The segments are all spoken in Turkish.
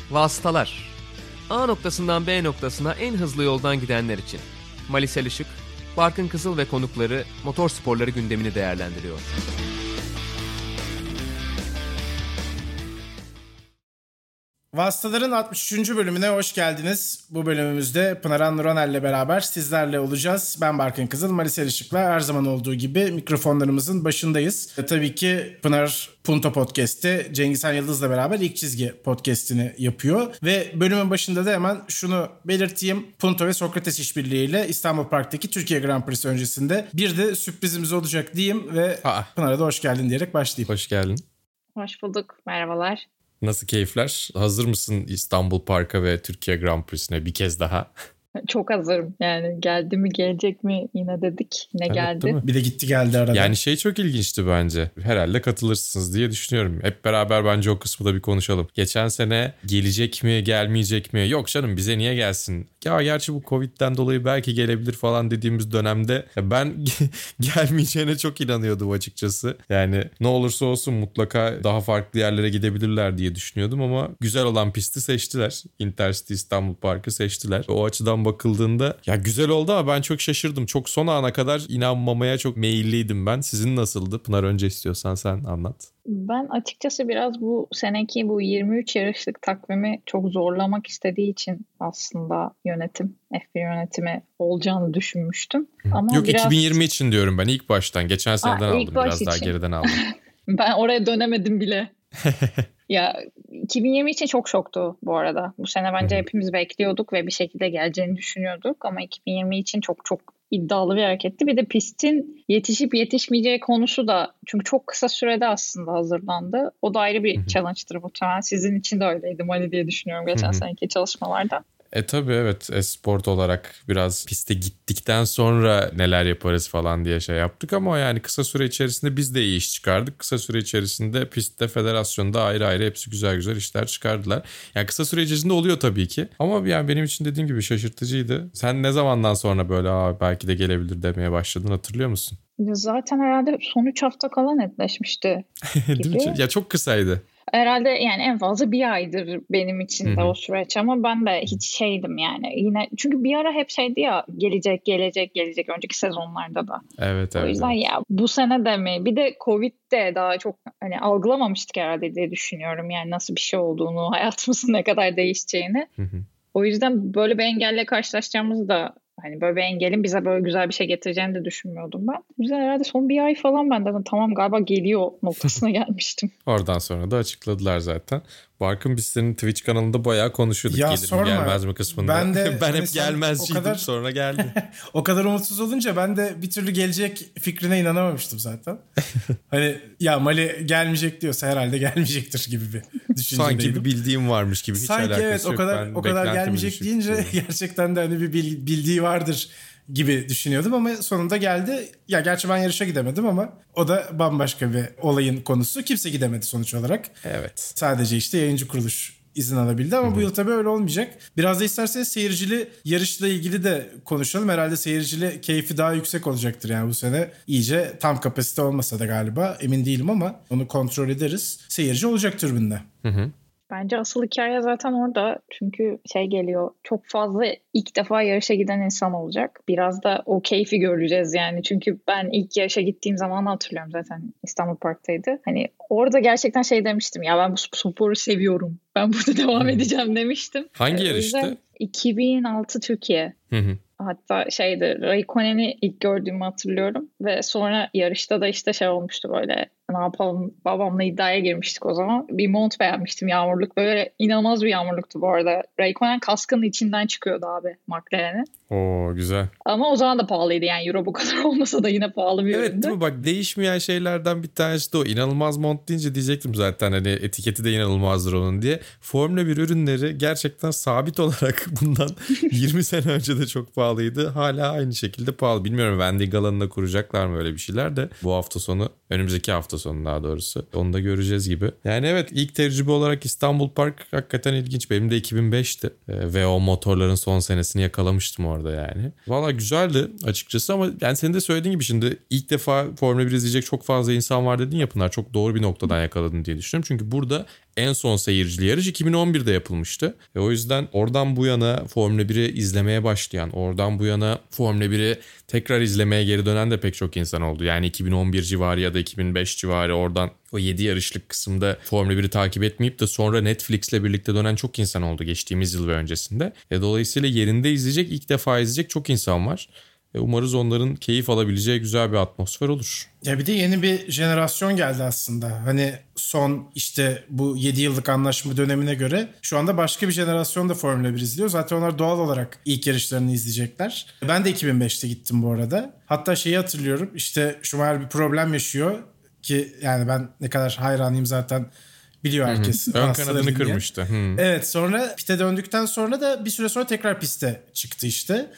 Vasıtalar. A noktasından B noktasına en hızlı yoldan gidenler için. Malisel Işık, Barkın Kızıl ve konukları motor sporları gündemini değerlendiriyor. Vasıtaların 63. bölümüne hoş geldiniz. Bu bölümümüzde Pınar Nuranel'le beraber sizlerle olacağız. Ben Barkın Kızıl, Malisel Işık'la her zaman olduğu gibi mikrofonlarımızın başındayız. Tabii ki Pınar Punto Podcast'te Cengizhan Yıldız'la beraber ilk çizgi podcast'ini yapıyor. Ve bölümün başında da hemen şunu belirteyim. Punto ve Sokrates işbirliğiyle İstanbul Park'taki Türkiye Grand Prix'si öncesinde bir de sürprizimiz olacak diyeyim ve Pınar'a da hoş geldin diyerek başlayayım. Hoş geldin. Hoş bulduk. Merhabalar. Nasıl keyifler? Hazır mısın İstanbul Park'a ve Türkiye Grand Prix'sine bir kez daha? Çok hazırım. Yani geldi mi gelecek mi yine dedik. Yine evet, geldi. Bir de gitti geldi arada. Yani çok ilginçti bence. Herhalde katılırsınız diye düşünüyorum. Hep beraber bence o kısmı da bir konuşalım. Geçen sene gelecek mi gelmeyecek mi? Yok canım bize niye gelsin? Ya gerçi bu Covid'den dolayı belki gelebilir falan dediğimiz dönemde ben gelmeyeceğine çok inanıyordum açıkçası. Yani ne olursa olsun mutlaka daha farklı yerlere gidebilirler diye düşünüyordum ama güzel olan pisti seçtiler. Intercity İstanbul Park'ı seçtiler. O açıdan bakıldığında ya güzel oldu ama ben çok şaşırdım. Çok son ana kadar inanmamaya çok meyilliydim ben. Sizin nasıldı? Pınar önce istiyorsan sen anlat. Ben açıkçası biraz bu seneki bu 23 yarışlık takvimi çok zorlamak istediği için aslında F1 yönetimi olacağını düşünmüştüm. Ama yok biraz... 2020 için diyorum ben ilk baştan. Geçen seneden aldım biraz daha geriden aldım. Ben oraya dönemedim bile. Ya 2020 için çok şoktu bu arada. Bu sene bence hepimiz bekliyorduk ve bir şekilde geleceğini düşünüyorduk. Ama 2020 için çok iddialı bir hareketti. Bir de pistin yetişip yetişmeyeceği konusu da çünkü çok kısa sürede aslında hazırlandı. O da ayrı bir challenge'tır muhtemelen. Sizin için de öyleydi Mali diye düşünüyorum geçen seneki çalışmalarda. Tabii evet sport olarak biraz piste gittikten sonra neler yaparız falan diye yaptık ama yani kısa süre içerisinde biz de iyi iş çıkardık. Kısa süre içerisinde pistte federasyonda ayrı hepsi güzel işler çıkardılar. Yani kısa süre içerisinde oluyor tabii ki ama yani benim için dediğim gibi şaşırtıcıydı. Sen ne zamandan sonra böyle belki de gelebilir demeye başladın hatırlıyor musun? Zaten herhalde son 3 hafta kala netleşmişti gibi. Ya çok kısaydı. Herhalde yani en fazla bir aydır benim için de o süreç ama ben de hiç şeydim yani yine çünkü bir ara hep ya gelecek önceki sezonlarda da. Evet. O yüzden ya bu sene de mi bir de Covid'de daha çok hani algılamamıştık herhalde diye düşünüyorum yani nasıl bir şey olduğunu hayatımızın ne kadar değişeceğini. O yüzden böyle bir engelle karşılaşacağımızı da hani böyle bir engelin bize böyle güzel bir şey getireceğini de düşünmüyordum ben. O yüzden herhalde son bir ay falan ben dedim tamam galiba geliyor noktasına gelmiştim. Oradan sonra da açıkladılar zaten. Barkın biz senin Twitch kanalında bayağı konuşuyorduk. Ya gelir mi gelmez mi kısmında. Ben hep gelmezciydim sonra geldi. O kadar umutsuz olunca ben de bir türlü gelecek fikrine inanamamıştım zaten. Hani ya Mali gelmeyecek diyorsa herhalde gelmeyecektir gibi bir düşüncedeydim. Sanki bir bildiğim varmış gibi hiç alakası evet, yok. O kadar gelmeyecek deyince gerçekten de hani bir bildiği vardır gibi düşünüyordum ama sonunda geldi. Ya gerçi ben yarışa gidemedim ama o da bambaşka bir olayın konusu. Kimse gidemedi sonuç olarak. Evet. Sadece yayıncı kuruluş izin alabildi ama bu yıl tabii öyle olmayacak. Biraz da isterseniz seyircili yarışla ilgili de konuşalım. Herhalde seyircili keyfi daha yüksek olacaktır yani bu sene. İyice tam kapasite olmasa da galiba emin değilim ama onu kontrol ederiz. Seyirci olacak tribünde. Bence asıl hikaye zaten orada. Çünkü geliyor. Çok fazla ilk defa yarışa giden insan olacak. Biraz da o keyfi göreceğiz yani. Çünkü ben ilk yarışa gittiğim zamanı hatırlıyorum zaten. İstanbul Park'taydı. Hani orada gerçekten demiştim. Ya ben bu sporu seviyorum. Ben burada devam edeceğim demiştim. Hangi yarıştı? 2006 Türkiye. Hatta Raikkonen'i ilk gördüğümü hatırlıyorum. Ve sonra yarışta da olmuştu böyle. Ne yapalım? Babamla iddiaya girmiştik o zaman. Bir mont beğenmiştim yağmurluk. Böyle inanılmaz bir yağmurluktu bu arada. Raikkonen kaskının içinden çıkıyordu abi McLaren'in. Oo güzel. Ama o zaman da pahalıydı yani euro bu kadar olmasa da yine pahalı bir üründü. Evet değil mi? Bak değişmeyen şeylerden bir tanesi de o. İnanılmaz mont deyince diyecektim zaten hani etiketi de inanılmazdır onun diye. Formula 1 ürünleri gerçekten sabit olarak bundan 20 sene önce de çok pahalıydı. Hala aynı şekilde pahalı. Bilmiyorum Vending alanında kuracaklar mı öyle bir şeyler de bu hafta sonu önümüzdeki hafta sonu daha doğrusu. Onu da göreceğiz gibi. Yani evet ilk tecrübe olarak İstanbul Park hakikaten ilginç. Benim de 2005'ti. Ve o motorların son senesini yakalamıştım orada yani. Valla güzeldi açıkçası ama yani senin de söylediğin gibi şimdi ilk defa Formula 1 izleyecek çok fazla insan var dedin ya Pınar. Çok doğru bir noktadan yakaladın diye düşünüyorum. Çünkü burada en son seyircili yarış 2011'de yapılmıştı. O yüzden oradan bu yana Formula 1'i izlemeye başlayan, oradan bu yana Formula 1'i tekrar izlemeye geri dönen de pek çok insan oldu. Yani 2011 civarı ya da 2005 civarı oradan o 7 yarışlık kısımda Formula 1'i takip etmeyip de sonra Netflix'le birlikte dönen çok insan oldu geçtiğimiz yıl ve öncesinde. Dolayısıyla yerinde izleyecek, ilk defa izleyecek çok insan var. Umarız onların keyif alabileceği güzel bir atmosfer olur. Ya bir de yeni bir jenerasyon geldi aslında. Hani son işte bu 7 yıllık anlaşma dönemine göre şu anda başka bir jenerasyon da Formula 1 izliyor. Zaten onlar doğal olarak ilk yarışlarını izleyecekler. Ben de 2005'te gittim bu arada. Hatta şeyi hatırlıyorum, işte Schumacher bir problem yaşıyor ki yani ben ne kadar hayranıyım zaten biliyor herkes. Ön kanadını kırmıştı. Evet, sonra pite döndükten sonra da bir süre sonra tekrar piste çıktı işte.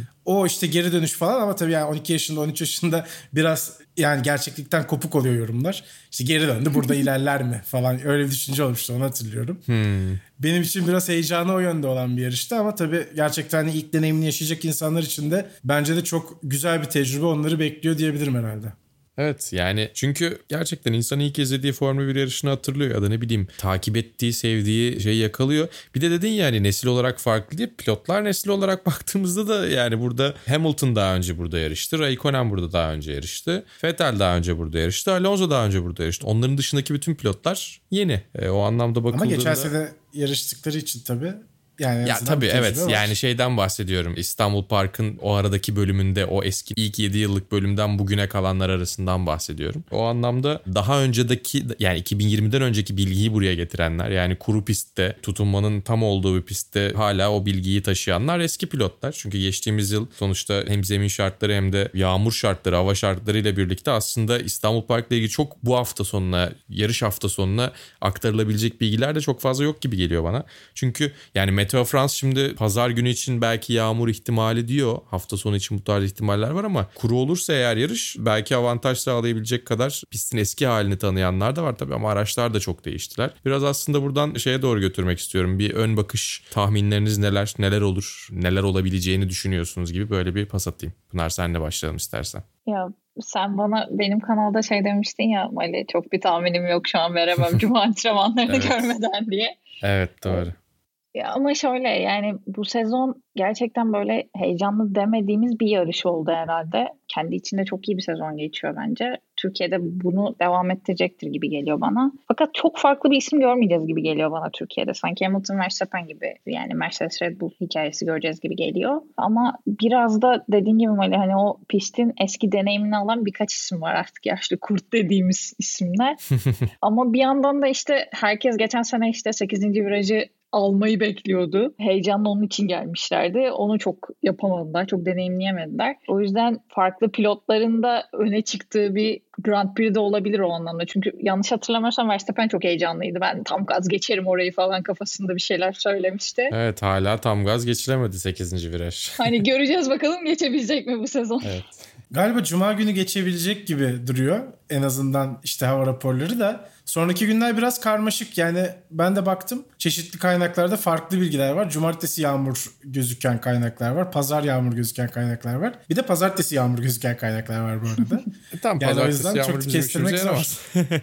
O işte geri dönüş falan ama tabii yani 12 yaşında 13 yaşında biraz yani gerçeklikten kopuk oluyor yorumlar. İşte geri döndü, burada ilerler mi falan, öyle bir düşünce olmuştu, onu hatırlıyorum. Benim için biraz heyecanı o yönde olan bir yarıştı ama tabii gerçekten ilk deneyimini yaşayacak insanlar için de bence de çok güzel bir tecrübe onları bekliyor diyebilirim herhalde. Evet yani çünkü gerçekten insan ilk izlediği Formula 1 yarışını hatırlıyor ya da ne bileyim takip ettiği, sevdiği şeyi yakalıyor. Bir de dedin yani nesil olarak farklı diye, pilotlar nesli olarak baktığımızda da yani burada Hamilton daha önce burada yarıştı, Raikkonen burada daha önce yarıştı, Vettel daha önce burada yarıştı, Alonso daha önce burada yarıştı. Onların dışındaki bütün pilotlar yeni. O anlamda bakıldığında... Ama geçen sene yarıştıkları için tabii. Yani ya tabii evet var. Yani şeyden bahsediyorum, İstanbul Park'ın o aradaki bölümünde, o eski ilk 7 yıllık bölümden bugüne kalanlar arasından bahsediyorum. O anlamda daha öncedeki yani 2020'den önceki bilgiyi buraya getirenler, yani kuru pistte tutunmanın tam olduğu bir pistte hala o bilgiyi taşıyanlar eski pilotlar. Çünkü geçtiğimiz yıl sonuçta hem zemin şartları hem de yağmur şartları, hava şartları ile birlikte aslında İstanbul Park'la ilgili çok bu hafta sonuna, yarış hafta sonuna aktarılabilecek bilgiler de çok fazla yok gibi geliyor bana. Çünkü yani Meteo France şimdi pazar günü için belki yağmur ihtimali diyor. Hafta sonu için bu tarz ihtimaller var ama kuru olursa eğer yarış belki avantaj sağlayabilecek kadar pistin eski halini tanıyanlar da var tabii ama araçlar da çok değiştiler. Biraz aslında buradan şeye doğru götürmek istiyorum. Bir ön bakış, tahminleriniz neler olur, neler olabileceğini düşünüyorsunuz gibi böyle bir pas atayım. Pınar senle başlayalım istersen. Ya sen bana benim kanalda şey demiştin ya Mali, çok bir tahminim yok şu an, veremem cuma antrenmanlarını görmeden diye. Evet doğru. Ya ama şöyle yani bu sezon gerçekten böyle heyecanlı demediğimiz bir yarış oldu herhalde. Kendi içinde çok iyi bir sezon geçiyor bence. Türkiye'de bunu devam ettirecektir gibi geliyor bana. Fakat çok farklı bir isim görmeyeceğiz gibi geliyor bana Türkiye'de. Sanki Hamilton, Verstappen gibi, yani Mercedes, Red Bull hikayesi göreceğiz gibi geliyor. Ama biraz da dediğin gibi Mali, hani o pistin eski deneyimini alan birkaç isim var artık, yaşlı kurt dediğimiz isimler. Ama bir yandan da işte herkes geçen sene işte 8. virajı almayı bekliyordu. Heyecanla onun için gelmişlerdi. Onu çok yapamadılar, çok deneyimleyemediler. O yüzden farklı pilotların da öne çıktığı bir Grand Prix'de olabilir o anlamda. Çünkü yanlış hatırlamıyorsam Verstappen çok heyecanlıydı. Ben tam gaz geçerim orayı falan kafasında bir şeyler söylemişti. Evet, hala tam gaz geçilemedi 8. viraj. Hani göreceğiz bakalım geçebilecek mi bu sezon. Evet. Galiba Cuma günü geçebilecek gibi duruyor. En azından işte hava raporları da. Sonraki günler biraz karmaşık. Yani ben de baktım. Çeşitli kaynaklarda farklı bilgiler var. Cumartesi yağmur gözüken kaynaklar var. Pazar yağmur gözüken kaynaklar var. Bir de pazartesi yağmur gözüken kaynaklar var bu arada. Tam yani pazartesi o yüzden yağmur çok kestirmek zor.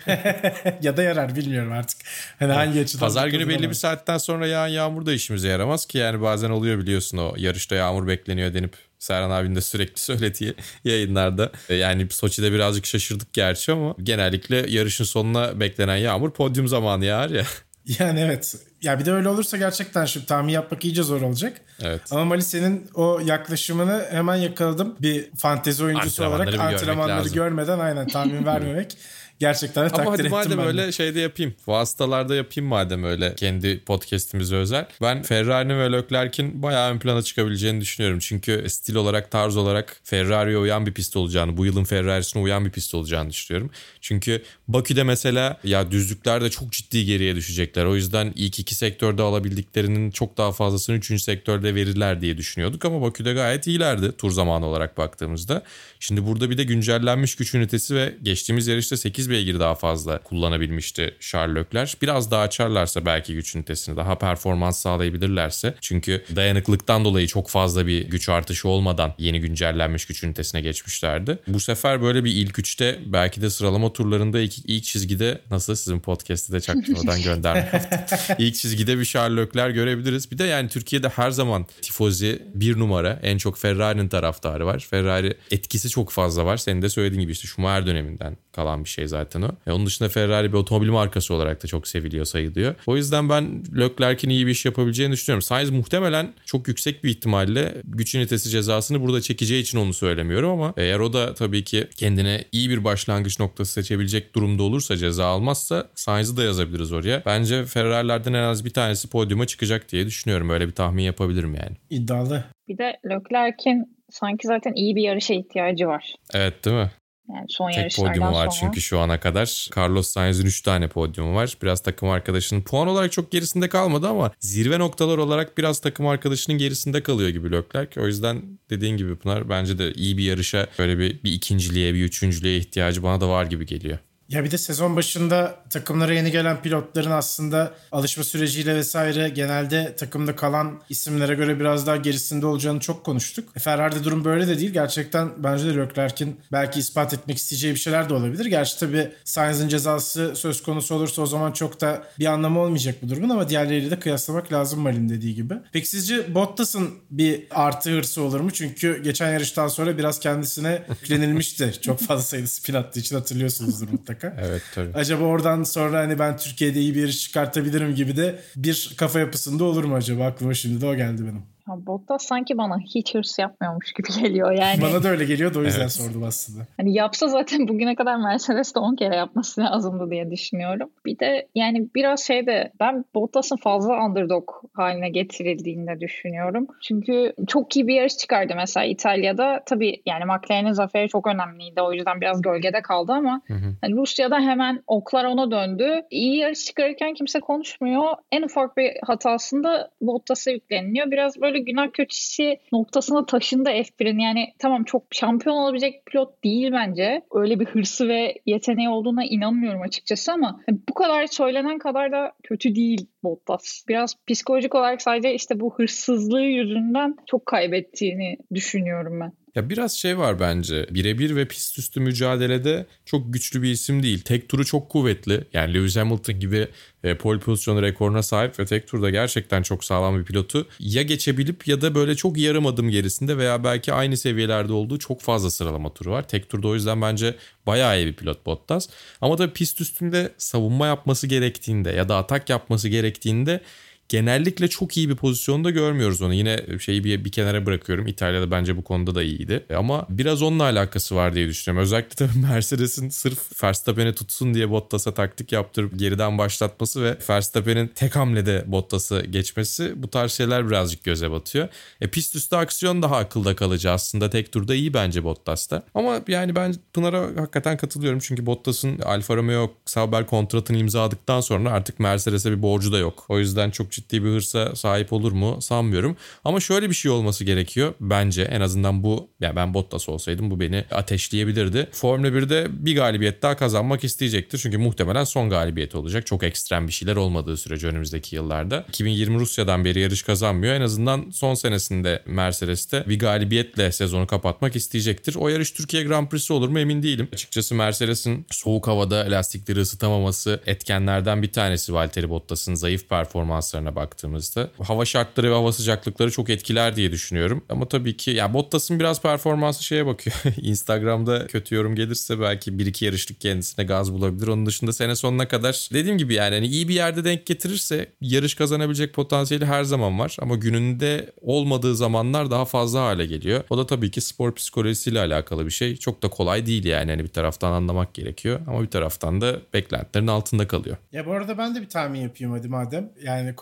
Ya da yarar, bilmiyorum artık. Hani hangi açıdan. Pazar günü belli bir saatten sonra yağan yağmur da işimize yaramaz ki. Yani bazen oluyor biliyorsun, o yarışta yağmur bekleniyor denip Serhan abinin de sürekli söylediği yayınlarda. Yani Soçi'de birazcık şaşırdık gerçi ama genellikle yarışın sonuna beklenen yağmur podyum zamanı yağar ya. Yani evet. Ya bir de öyle olursa gerçekten şimdi tahmin yapmak iyice zor olacak. Evet. Ama Mali, senin o yaklaşımını hemen yakaladım. Bir fantezi oyuncusu olarak antrenmanları görmeden aynen tahmin vermemek gerçekten de takdir ettim. Ama hadi madem öyle şeyde yapayım. Vasıtalarda yapayım madem öyle, kendi podcast'imize özel. Ben Ferrari'nin ve Leclerc'in bayağı ön plana çıkabileceğini düşünüyorum. Çünkü stil olarak, tarz olarak Ferrari'ye uyan bir pist olacağını, bu yılın Ferrari'sine uyan bir pist olacağını düşünüyorum. Çünkü Bakü'de mesela ya düzlüklerde çok ciddi geriye düşecekler. O yüzden ilk iki sektörde alabildiklerinin çok daha fazlasını 3. sektörde verirler diye düşünüyorduk. Ama Bakü'de gayet iyilerdi tur zamanı olarak baktığımızda. Şimdi burada bir de güncellenmiş güç ünitesi ve geçtiğimiz yarışta 8 beygir daha fazla kullanabilmişti Charles Leclerc. Biraz daha açarlarsa belki güç ünitesini, daha performans sağlayabilirlerse. Çünkü dayanıklıktan dolayı çok fazla bir güç artışı olmadan yeni güncellenmiş güç ünitesine geçmişlerdi. Bu sefer böyle bir ilk üçte, belki de sıralama turlarında ilk çizgide, nasıl sizin podcast'te de çaktırmadan gönderme yaptım. İlk çizgide bir Charles Leclerc görebiliriz. Bir de yani Türkiye'de her zaman tifozi bir numara, en çok Ferrari'nin taraftarı var. Ferrari etkisi çok fazla var. Senin de söylediğin gibi işte Schumacher döneminden kalan bir şey zaten o. Onun dışında Ferrari bir otomobil markası olarak da çok seviliyor, sayılıyor. O yüzden ben Leclerc'in iyi bir iş yapabileceğini düşünüyorum. Sainz muhtemelen çok yüksek bir ihtimalle güç ünitesi cezasını burada çekeceği için onu söylemiyorum ama eğer o da tabii ki kendine iyi bir başlangıç noktası seçebilecek durumda olursa, ceza almazsa Sainz'ı da yazabiliriz oraya. Bence Ferrari'lerden en az bir tanesi podyuma çıkacak diye düşünüyorum. Öyle bir tahmin yapabilirim yani. İddialı. Bir de Leclerc'in sanki zaten iyi bir yarışa ihtiyacı var. Evet, değil mi? Yani son Tek yarışlardan podyumu var sonra. çünkü şu ana kadar. Carlos Sainz'in 3 tane podyumu var. Biraz takım arkadaşının puan olarak çok gerisinde kalmadı ama zirve noktalar olarak biraz takım arkadaşının gerisinde kalıyor gibi Leclerc. O yüzden dediğin gibi Pınar, bence de iyi bir yarışa, böyle bir ikinciliğe, bir üçüncülüğe ihtiyacı bana da var gibi geliyor. Ya bir de sezon başında takımlara yeni gelen pilotların aslında alışma süreciyle vesaire genelde takımda kalan isimlere göre biraz daha gerisinde olacağını çok konuştuk. Ferrari'de durum böyle de değil. Gerçekten bence de Leclerc'in belki ispat etmek isteyeceği bir şeyler de olabilir. Gerçi tabii Sainz'in cezası söz konusu olursa o zaman çok da bir anlamı olmayacak bu durumun ama diğerleriyle de kıyaslamak lazım Malin dediği gibi. Peki sizce Bottas'ın bir artı hırsı olur mu? Çünkü geçen yarıştan sonra biraz kendisine yüklenilmişti. Çok fazla sayıda spin attığı için, hatırlıyorsunuzdur mutlaka. Evet, tabii. Acaba oradan sonra hani ben Türkiye'de iyi bir yarış çıkartabilirim gibi de bir kafa yapısında olur mu acaba? Aklıma şimdi de o geldi benim. Ya Bottas sanki bana hiç hırs yapmıyormuş gibi geliyor yani. Bana da öyle geliyordu, o yüzden sordum aslında. Hani yapsa zaten bugüne kadar Mercedes'te 10 kere yapması lazımdı diye düşünüyorum. Bir de yani biraz ben Bottas'ın fazla underdog haline getirildiğini de düşünüyorum. Çünkü çok iyi bir yarış çıkardı mesela İtalya'da. Tabii yani McLaren'in zaferi çok önemliydi. O yüzden biraz gölgede kaldı ama hani Rusya'da hemen oklar ona döndü. İyi yarış çıkarırken kimse konuşmuyor. En ufak bir hatasında Bottas'a yükleniliyor. Biraz böyle günah keçisi noktasına taşındı F1'in. Yani tamam, çok şampiyon olabilecek pilot değil bence. Öyle bir hırsı ve yeteneği olduğuna inanmıyorum açıkçası ama bu kadar söylenen kadar da kötü değil Bottas. Biraz psikolojik olarak sadece işte bu hırsızlığı yüzünden çok kaybettiğini düşünüyorum ben. Ya biraz şey var bence. Birebir ve pist üstü mücadelede çok güçlü bir isim değil. Tek turu çok kuvvetli. Yani Lewis Hamilton gibi pole pozisyonu rekoruna sahip ve tek turda gerçekten çok sağlam bir pilotu ya geçebilip ya da böyle çok yarım adım gerisinde veya belki aynı seviyelerde olduğu çok fazla sıralama turu var. Tek turda o yüzden bence bayağı iyi bir pilot Bottas. Ama tabii pist üstünde savunma yapması gerektiğinde ya da atak yapması gerektiğinde genellikle çok iyi bir pozisyonda görmüyoruz onu. Yine şeyi bir kenara bırakıyorum. İtalya'da bence bu konuda da iyiydi. Ama biraz onunla alakası var diye düşünüyorum. Özellikle tabii Mercedes'in sırf Verstappen'i tutsun diye Bottas'a taktik yaptırıp geriden başlatması ve Verstappen'in tek hamlede Bottas'ı geçmesi, bu tarz şeyler birazcık göze batıyor. Pist üstü aksiyon daha akılda kalıcı aslında. Tek turda iyi bence Bottas'ta. Ama yani ben Pınar'a hakikaten katılıyorum. Çünkü Bottas'ın Alfa Romeo Sauber kontratını imzaladıktan sonra artık Mercedes'e bir borcu da yok. O yüzden çok ciddi bir hırsa sahip olur mu sanmıyorum. Ama şöyle bir şey olması gerekiyor bence, en azından bu, ya ben Bottas olsaydım bu beni ateşleyebilirdi. Formula 1'de bir galibiyet daha kazanmak isteyecektir. Çünkü muhtemelen son galibiyeti olacak. Çok ekstrem bir şeyler olmadığı sürece önümüzdeki yıllarda. 2020 Rusya'dan beri yarış kazanmıyor. En azından son senesinde Mercedes'te bir galibiyetle sezonu kapatmak isteyecektir. O yarış Türkiye Grand Prix'si olur mu emin değilim. Açıkçası Mercedes'in soğuk havada lastikleri ısıtamaması etkenlerden bir tanesi Valtteri Bottas'ın zayıf performanslarına baktığımızda. Hava şartları ve hava sıcaklıkları çok etkiler diye düşünüyorum. Ama tabii ki ya Bottas'ın biraz performansı şeye bakıyor. Instagram'da kötü yorum gelirse belki 1-2 yarışlık kendisine gaz bulabilir. Onun dışında sene sonuna kadar dediğim gibi yani hani iyi bir yerde denk getirirse yarış kazanabilecek potansiyeli her zaman var. Ama gününde olmadığı zamanlar daha fazla hale geliyor. O da tabii ki spor psikolojisiyle alakalı bir şey. Çok da kolay değil yani. Hani bir taraftan anlamak gerekiyor ama bir taraftan da beklentilerin altında kalıyor. Ya bu arada ben de bir tahmin yapayım hadi madem. Yani konu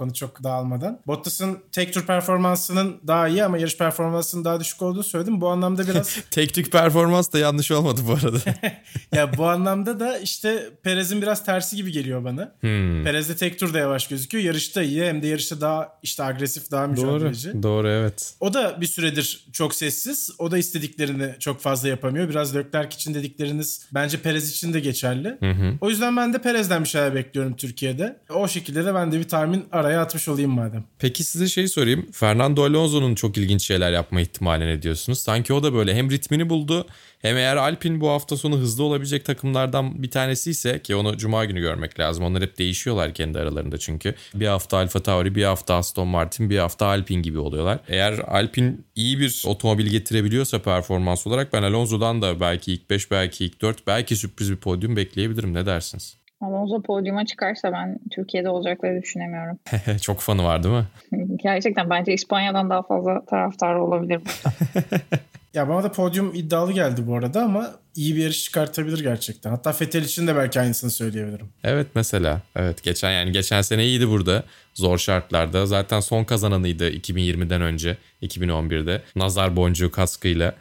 konu çok dağılmadan. Bottas'ın tek tur performansının daha iyi ama yarış performansının daha düşük olduğunu söyledim. Bu anlamda biraz... Tek tük performans da yanlış olmadı bu arada. Ya bu anlamda da işte Perez'in biraz tersi gibi geliyor bana. Perez de tek turda yavaş gözüküyor. Yarışta iyi, hem de yarışta daha işte agresif, daha mücadeleci. Doğru evet. O da bir süredir çok sessiz. O da istediklerini çok fazla yapamıyor. Biraz Leclerc için dedikleriniz bence Perez için de geçerli. O yüzden ben de Perez'den bir şeyler bekliyorum Türkiye'de. O şekilde de ben de bir tahmin araya atmış olayım madem. Peki size sorayım. Fernando Alonso'nun çok ilginç şeyler yapma ihtimali ne diyorsunuz? Sanki o da böyle hem ritmini buldu, hem eğer Alpine bu hafta sonu hızlı olabilecek takımlardan bir tanesi ise, ki onu Cuma günü görmek lazım. Onlar hep değişiyorlar kendi aralarında çünkü. Bir hafta AlphaTauri, bir hafta Aston Martin, bir hafta Alpine gibi oluyorlar. Eğer Alpine iyi bir otomobil getirebiliyorsa performans olarak, ben Alonso'dan da belki ilk 5, belki ilk 4, belki sürpriz bir podyum bekleyebilirim. Ne dersiniz? Alonso podyuma çıkarsa ben Türkiye'de olacakları düşünemiyorum. Çok fanı var değil mi? Gerçekten bence İspanya'dan daha fazla taraftarı olabilir burada. Ya bana da podyum iddialı geldi bu arada ama iyi bir yarış çıkartabilir gerçekten. Hatta Vettel için de belki aynısını söyleyebilirim. Evet mesela. Evet, geçen sene iyiydi burada. Zor şartlarda. Zaten son kazananıydı 2020'den önce. 2011'de. Nazar boncuğu kaskıyla.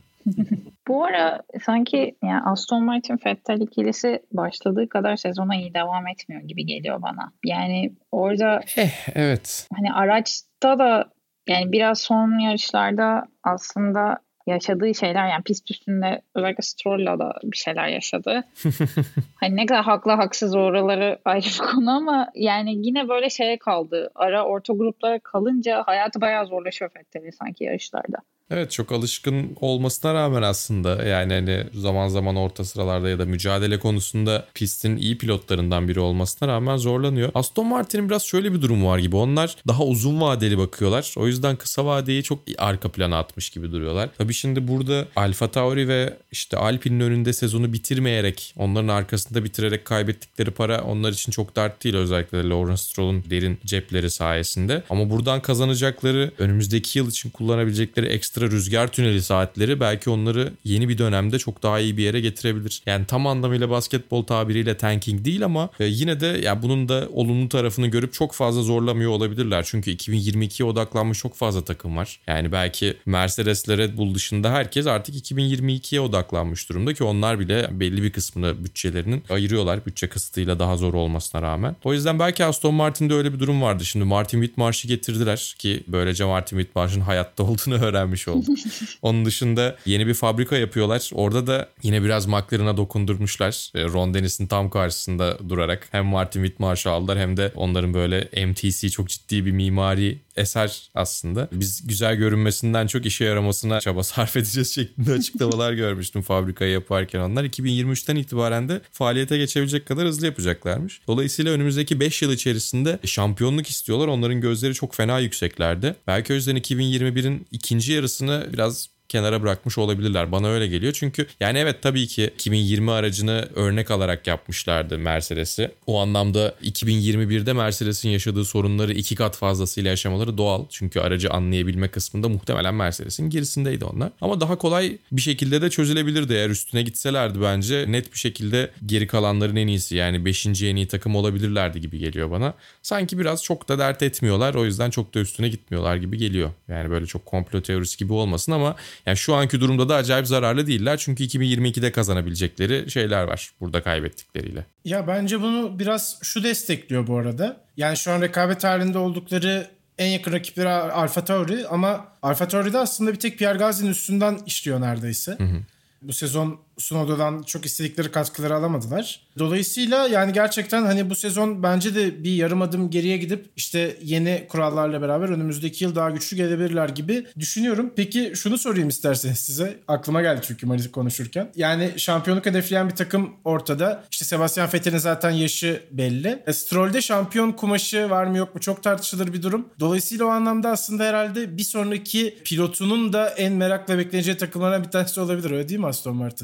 Bu ara sanki yani Aston Martin Vettel ikilisi başladığı kadar sezona iyi devam etmiyor gibi geliyor bana. Yani orada evet. Hani araçta da yani biraz son yarışlarda aslında yaşadığı şeyler, yani pist üstünde özellikle Stroll'la da bir şeyler yaşadı. Hani ne kadar haklı haksız oraları ayrı bir konu ama yani yine böyle şeye kaldı. Orta gruplara kalınca hayatı bayağı zorlaşıyor Vettel'in sanki yarışlarda. Evet, çok alışkın olmasına rağmen aslında yani hani zaman zaman orta sıralarda ya da mücadele konusunda pistin iyi pilotlarından biri olmasına rağmen zorlanıyor. Aston Martin'in biraz şöyle bir durum var gibi. Onlar daha uzun vadeli bakıyorlar. O yüzden kısa vadeyi çok arka plana atmış gibi duruyorlar. Tabii şimdi burada AlphaTauri ve işte Alpine'in önünde sezonu bitirmeyerek, onların arkasında bitirerek kaybettikleri para onlar için çok dert değil. Özellikle Lawrence Stroll'un derin cepleri sayesinde. Ama buradan kazanacakları, önümüzdeki yıl için kullanabilecekleri ekstra rüzgar tüneli saatleri belki onları yeni bir dönemde çok daha iyi bir yere getirebilir. Yani tam anlamıyla basketbol tabiriyle tanking değil ama yine de yani bunun da olumlu tarafını görüp çok fazla zorlamıyor olabilirler. Çünkü 2022'ye odaklanmış çok fazla takım var. Yani belki Mercedes ile Red Bull dışında herkes artık 2022'ye odaklanmış durumda ki onlar bile belli bir kısmını bütçelerinin ayırıyorlar. Bütçe kısıtıyla daha zor olmasına rağmen. O yüzden belki Aston Martin'de öyle bir durum vardı. Şimdi Martin Whitmarsh'ı getirdiler ki böylece Martin Whitmarsh'ın hayatta olduğunu öğrenmiş olduk. Onun dışında yeni bir fabrika yapıyorlar. Orada da yine biraz McLaren'a dokundurmuşlar. Ron Dennis'in tam karşısında durarak hem Martin Whitmarsh'ı aldılar hem de onların böyle MTC çok ciddi bir mimari eser aslında. Biz güzel görünmesinden çok işe yaramasına çaba sarf edeceğiz şeklinde açıklamalar görmüştüm fabrikayı yaparken onlar. 2023'ten itibaren de faaliyete geçebilecek kadar hızlı yapacaklarmış. Dolayısıyla önümüzdeki 5 yıl içerisinde şampiyonluk istiyorlar. Onların gözleri çok fena yükseklerde. Belki o yüzden 2021'in ikinci yarısını biraz kenara bırakmış olabilirler. Bana öyle geliyor. Çünkü yani evet tabii ki 2020 aracını örnek alarak yapmışlardı Mercedes'i. O anlamda 2021'de Mercedes'in yaşadığı sorunları 2 kat fazlasıyla yaşamaları doğal. Çünkü aracı anlayabilme kısmında muhtemelen Mercedes'in gerisindeydi onlar. Ama daha kolay bir şekilde de çözülebilirdi. Eğer üstüne gitselerdi bence net bir şekilde geri kalanların en iyisi, yani 5. en iyi takım olabilirlerdi gibi geliyor bana. Sanki biraz çok da dert etmiyorlar. O yüzden çok da üstüne gitmiyorlar gibi geliyor. Yani böyle çok komplo teorisi gibi olmasın ama yani şu anki durumda da acayip zararlı değiller. Çünkü 2022'de kazanabilecekleri şeyler var burada kaybettikleriyle. Ya bence bunu biraz şu destekliyor bu arada. Yani şu an rekabet halinde oldukları en yakın rakipleri AlphaTauri ama AlphaTauri'de aslında bir tek Pierre Gasly'nin üstünden işliyor neredeyse. Bu sezon Tsunoda'dan çok istedikleri katkıları alamadılar. Dolayısıyla yani gerçekten hani bu sezon bence de bir yarım adım geriye gidip işte yeni kurallarla beraber önümüzdeki yıl daha güçlü gelebilirler gibi düşünüyorum. Peki şunu sorayım isterseniz size. Aklıma geldi çünkü Maris konuşurken. Yani şampiyonluk hedefleyen bir takım ortada. İşte Sebastian Vettel'in zaten yaşı belli. Stroll'de şampiyon kumaşı var mı yok mu çok tartışılır bir durum. Dolayısıyla o anlamda aslında herhalde bir sonraki pilotunun da en merakla bekleneceği takımlardan bir tanesi olabilir. Öyle değil mi Aston Martin?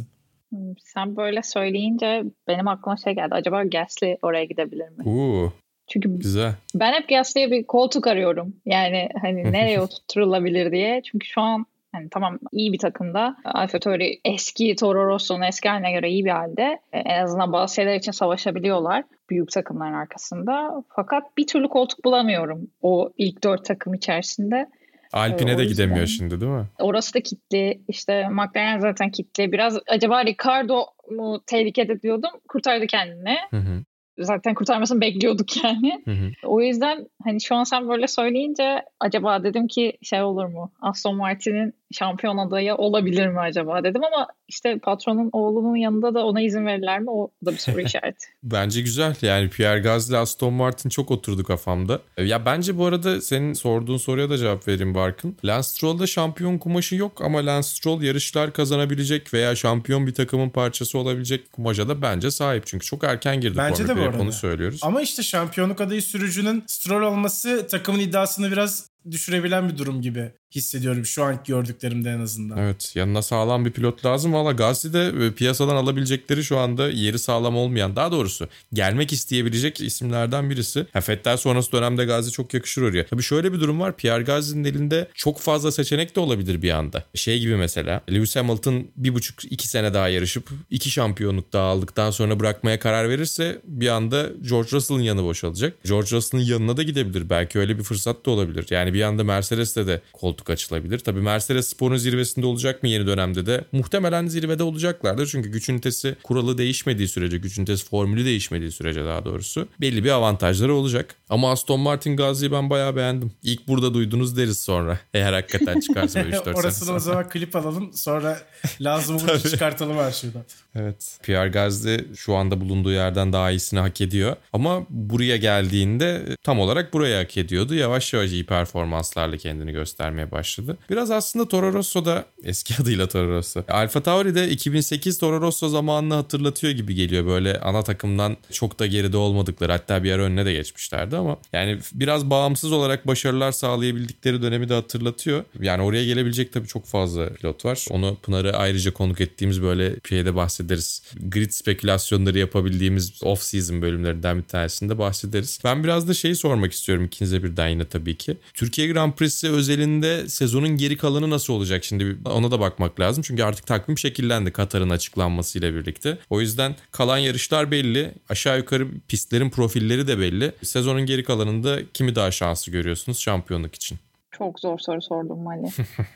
Sen böyle söyleyince benim aklıma şey geldi. Acaba Gasly oraya gidebilir mi? Çünkü güzel. Ben hep Gasly'ye bir koltuk arıyorum. Yani hani nereye oturtulabilir diye. Çünkü şu an Yani tamam iyi bir takımda. AlphaTauri eski Toro Rosso'nun eski haline göre iyi bir halde. En azından bazı şeyler için savaşabiliyorlar büyük takımların arkasında. Fakat bir türlü koltuk bulamıyorum o ilk 4 takım içerisinde. Alpine de gidemiyor şimdi değil mi? Orası da kilitli. İşte McLaren zaten kilitli. Biraz acaba Ricardo mu tehlikede diyordum. Kurtardı kendini. Hı. Zaten kurtarmasını bekliyorduk yani. Hı. O yüzden hani şu an sen böyle söyleyince acaba dedim ki şey olur mu? Aston Martin'in şampiyon adayı olabilir mi acaba dedim ama işte patronun oğlunun yanında da ona izin verirler mi? O da bir soru işareti. Bence güzel. Yani Pierre Gasly, Aston Martin çok oturdu kafamda. Ya bence bu arada senin sorduğun soruya da cevap vereyim Barkın. Lance Stroll'da şampiyon kumaşı yok ama Lance Stroll yarışlar kazanabilecek veya şampiyon bir takımın parçası olabilecek kumaşa da bence sahip. Çünkü çok erken girdi bence de bu arada. Onu söylüyoruz. Ama işte şampiyonluk adayı sürücünün Stroll olması takımın iddiasını biraz düşürebilen bir durum gibi hissediyorum şu anki gördüklerimde en azından. Evet, yanına sağlam bir pilot lazım. Valla Gasly'de piyasadan alabilecekleri şu anda yeri sağlam olmayan, daha doğrusu gelmek isteyebilecek isimlerden birisi. Vettel sonrası dönemde Gasly çok yakışır oraya. Tabii şöyle bir durum var. Pierre Gasly'nin elinde çok fazla seçenek de olabilir bir anda. Şey gibi mesela Lewis Hamilton 1,5-2 sene daha yarışıp 2 şampiyonluk daha aldıktan sonra bırakmaya karar verirse bir anda George Russell'ın yanı boşalacak. George Russell'ın yanına da gidebilir. Belki öyle bir fırsat da olabilir. Yani bir anda Mercedes'te de koltuk açılabilir. Tabii Mercedes sporun zirvesinde olacak mı yeni dönemde de? Muhtemelen zirvede olacaklardır. Çünkü güç ünitesi kuralı değişmediği sürece, güç ünitesi formülü değişmediği sürece daha doğrusu belli bir avantajları olacak. Ama Aston Martin Gasly'yi ben bayağı beğendim. İlk burada duydunuz deriz sonra. Eğer hakikaten çıkarsa 3-4 sene. Orasını o zaman klip alalım. Sonra lazım olunca çıkartalım arşivden. Evet. Pierre Gasly şu anda bulunduğu yerden daha iyisini hak ediyor. Ama buraya geldiğinde tam olarak buraya hak ediyordu. Yavaş yavaş iyi performanslarla kendini göstermeye başladı. Biraz aslında Toro Rosso'da, eski adıyla Toro Rosso, AlphaTauri'de 2008 Toro Rosso zamanını hatırlatıyor gibi geliyor. Böyle ana takımdan çok da geride olmadıkları, hatta bir ara önüne de geçmişlerdi ama yani biraz bağımsız olarak başarılar sağlayabildikleri dönemi de hatırlatıyor. Yani oraya gelebilecek tabii çok fazla pilot var. Onu Pınar'ı ayrıca konuk ettiğimiz böyle şeyde bahsederiz. Grid spekülasyonları yapabildiğimiz off-season bölümlerinden bir tanesinde bahsederiz. Ben biraz da şeyi sormak istiyorum ikinize birden yine tabii ki. Türkiye Grand Prix'si özelinde sezonun geri kalanı nasıl olacak? Şimdi ona da bakmak lazım. Çünkü artık takvim şekillendi Katar'ın açıklanmasıyla birlikte. O yüzden kalan yarışlar belli. Aşağı yukarı pistlerin profilleri de belli. Sezonun geri kalanında kimi daha şanslı görüyorsunuz şampiyonluk için? Çok zor soru sordum Mali.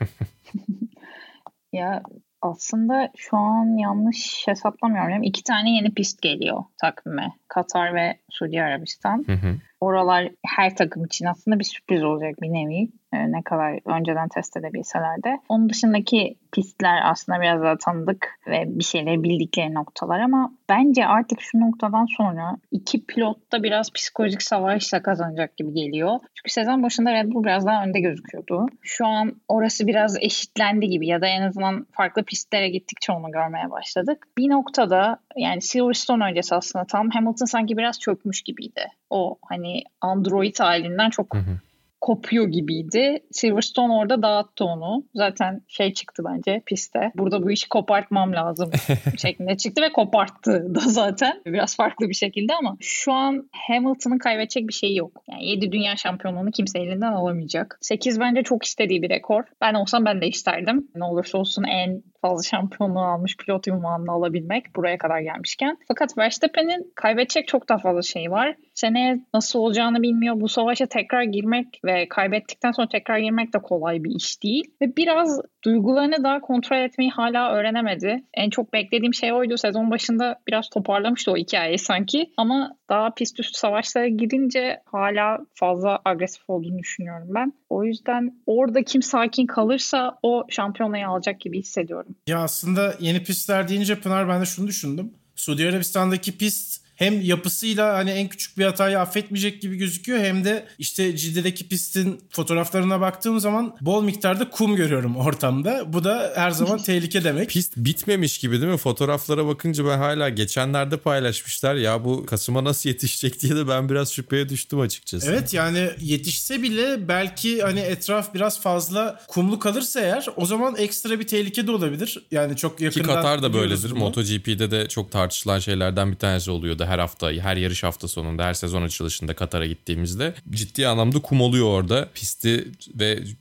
Ya aslında şu an yanlış hesaplamıyorum. 2 tane yeni pist geliyor takvime. Katar ve Suudi Arabistan. Oralar her takım için aslında bir sürpriz olacak bir nevi. Ne kadar önceden test edebilseler de. Onun dışındaki pistler aslında biraz daha tanıdık ve bir şeyleri bildikleri noktalar ama bence artık şu noktadan sonra iki pilot da biraz psikolojik savaşla kazanacak gibi geliyor. Çünkü sezon başında Red Bull biraz daha önde gözüküyordu. Şu an orası biraz eşitlendi gibi ya da en azından farklı pistlere gittikçe onu görmeye başladık. Bir noktada yani Silverstone öncesi aslında tam Hamilton sanki biraz çökmüş gibiydi. O hani Android halinden çok kopuyor gibiydi. Silverstone orada dağıttı onu. Zaten şey çıktı bence piste. Burada bu işi kopartmam lazım şeklinde çıktı ve koparttı da zaten. Biraz farklı bir şekilde ama şu an Hamilton'ın kaybedecek bir şeyi yok. Yani 7 dünya şampiyonluğunu kimse elinden alamayacak. 8 bence çok istediği bir rekor. Ben olsam ben de isterdim. Ne olursa olsun en fazla şampiyonluğu almış pilot unvanını alabilmek buraya kadar gelmişken. Fakat Verstappen'in kaybedecek çok daha fazla şey var. Seneye nasıl olacağını bilmiyor. Bu savaşa tekrar girmek ve kaybettikten sonra tekrar girmek de kolay bir iş değil. Ve biraz duygularını daha kontrol etmeyi hala öğrenemedi. En çok beklediğim şey oydu. Sezon başında biraz toparlamıştı o hikayeyi sanki. Ama daha pist üstü savaşlara girince hala fazla agresif olduğunu düşünüyorum ben. O yüzden orada kim sakin kalırsa o şampiyonayı alacak gibi hissediyorum. Ya aslında yeni pistler deyince Pınar ben de şunu düşündüm. Suudi Arabistan'daki pist hem yapısıyla hani en küçük bir hatayı affetmeyecek gibi gözüküyor hem de işte Cidde'deki pistin fotoğraflarına baktığım zaman bol miktarda kum görüyorum ortamda. Bu da her zaman tehlike demek. Pist bitmemiş gibi değil mi? Fotoğraflara bakınca ben hala geçenlerde paylaşmışlar. Ya bu Kasım'a nasıl yetişecek diye de ben biraz şüpheye düştüm açıkçası. Evet yani yetişse bile belki hani etraf biraz fazla kumlu kalırsa eğer o zaman ekstra bir tehlike de olabilir. Yani çok yakından. Ki Katar da böyledir. MotoGP'de de çok tartışılan şeylerden bir tanesi oluyordu. Her hafta, her yarış hafta sonunda, her sezon açılışında Katar'a gittiğimizde ciddi anlamda kum oluyor orada. Pisti ve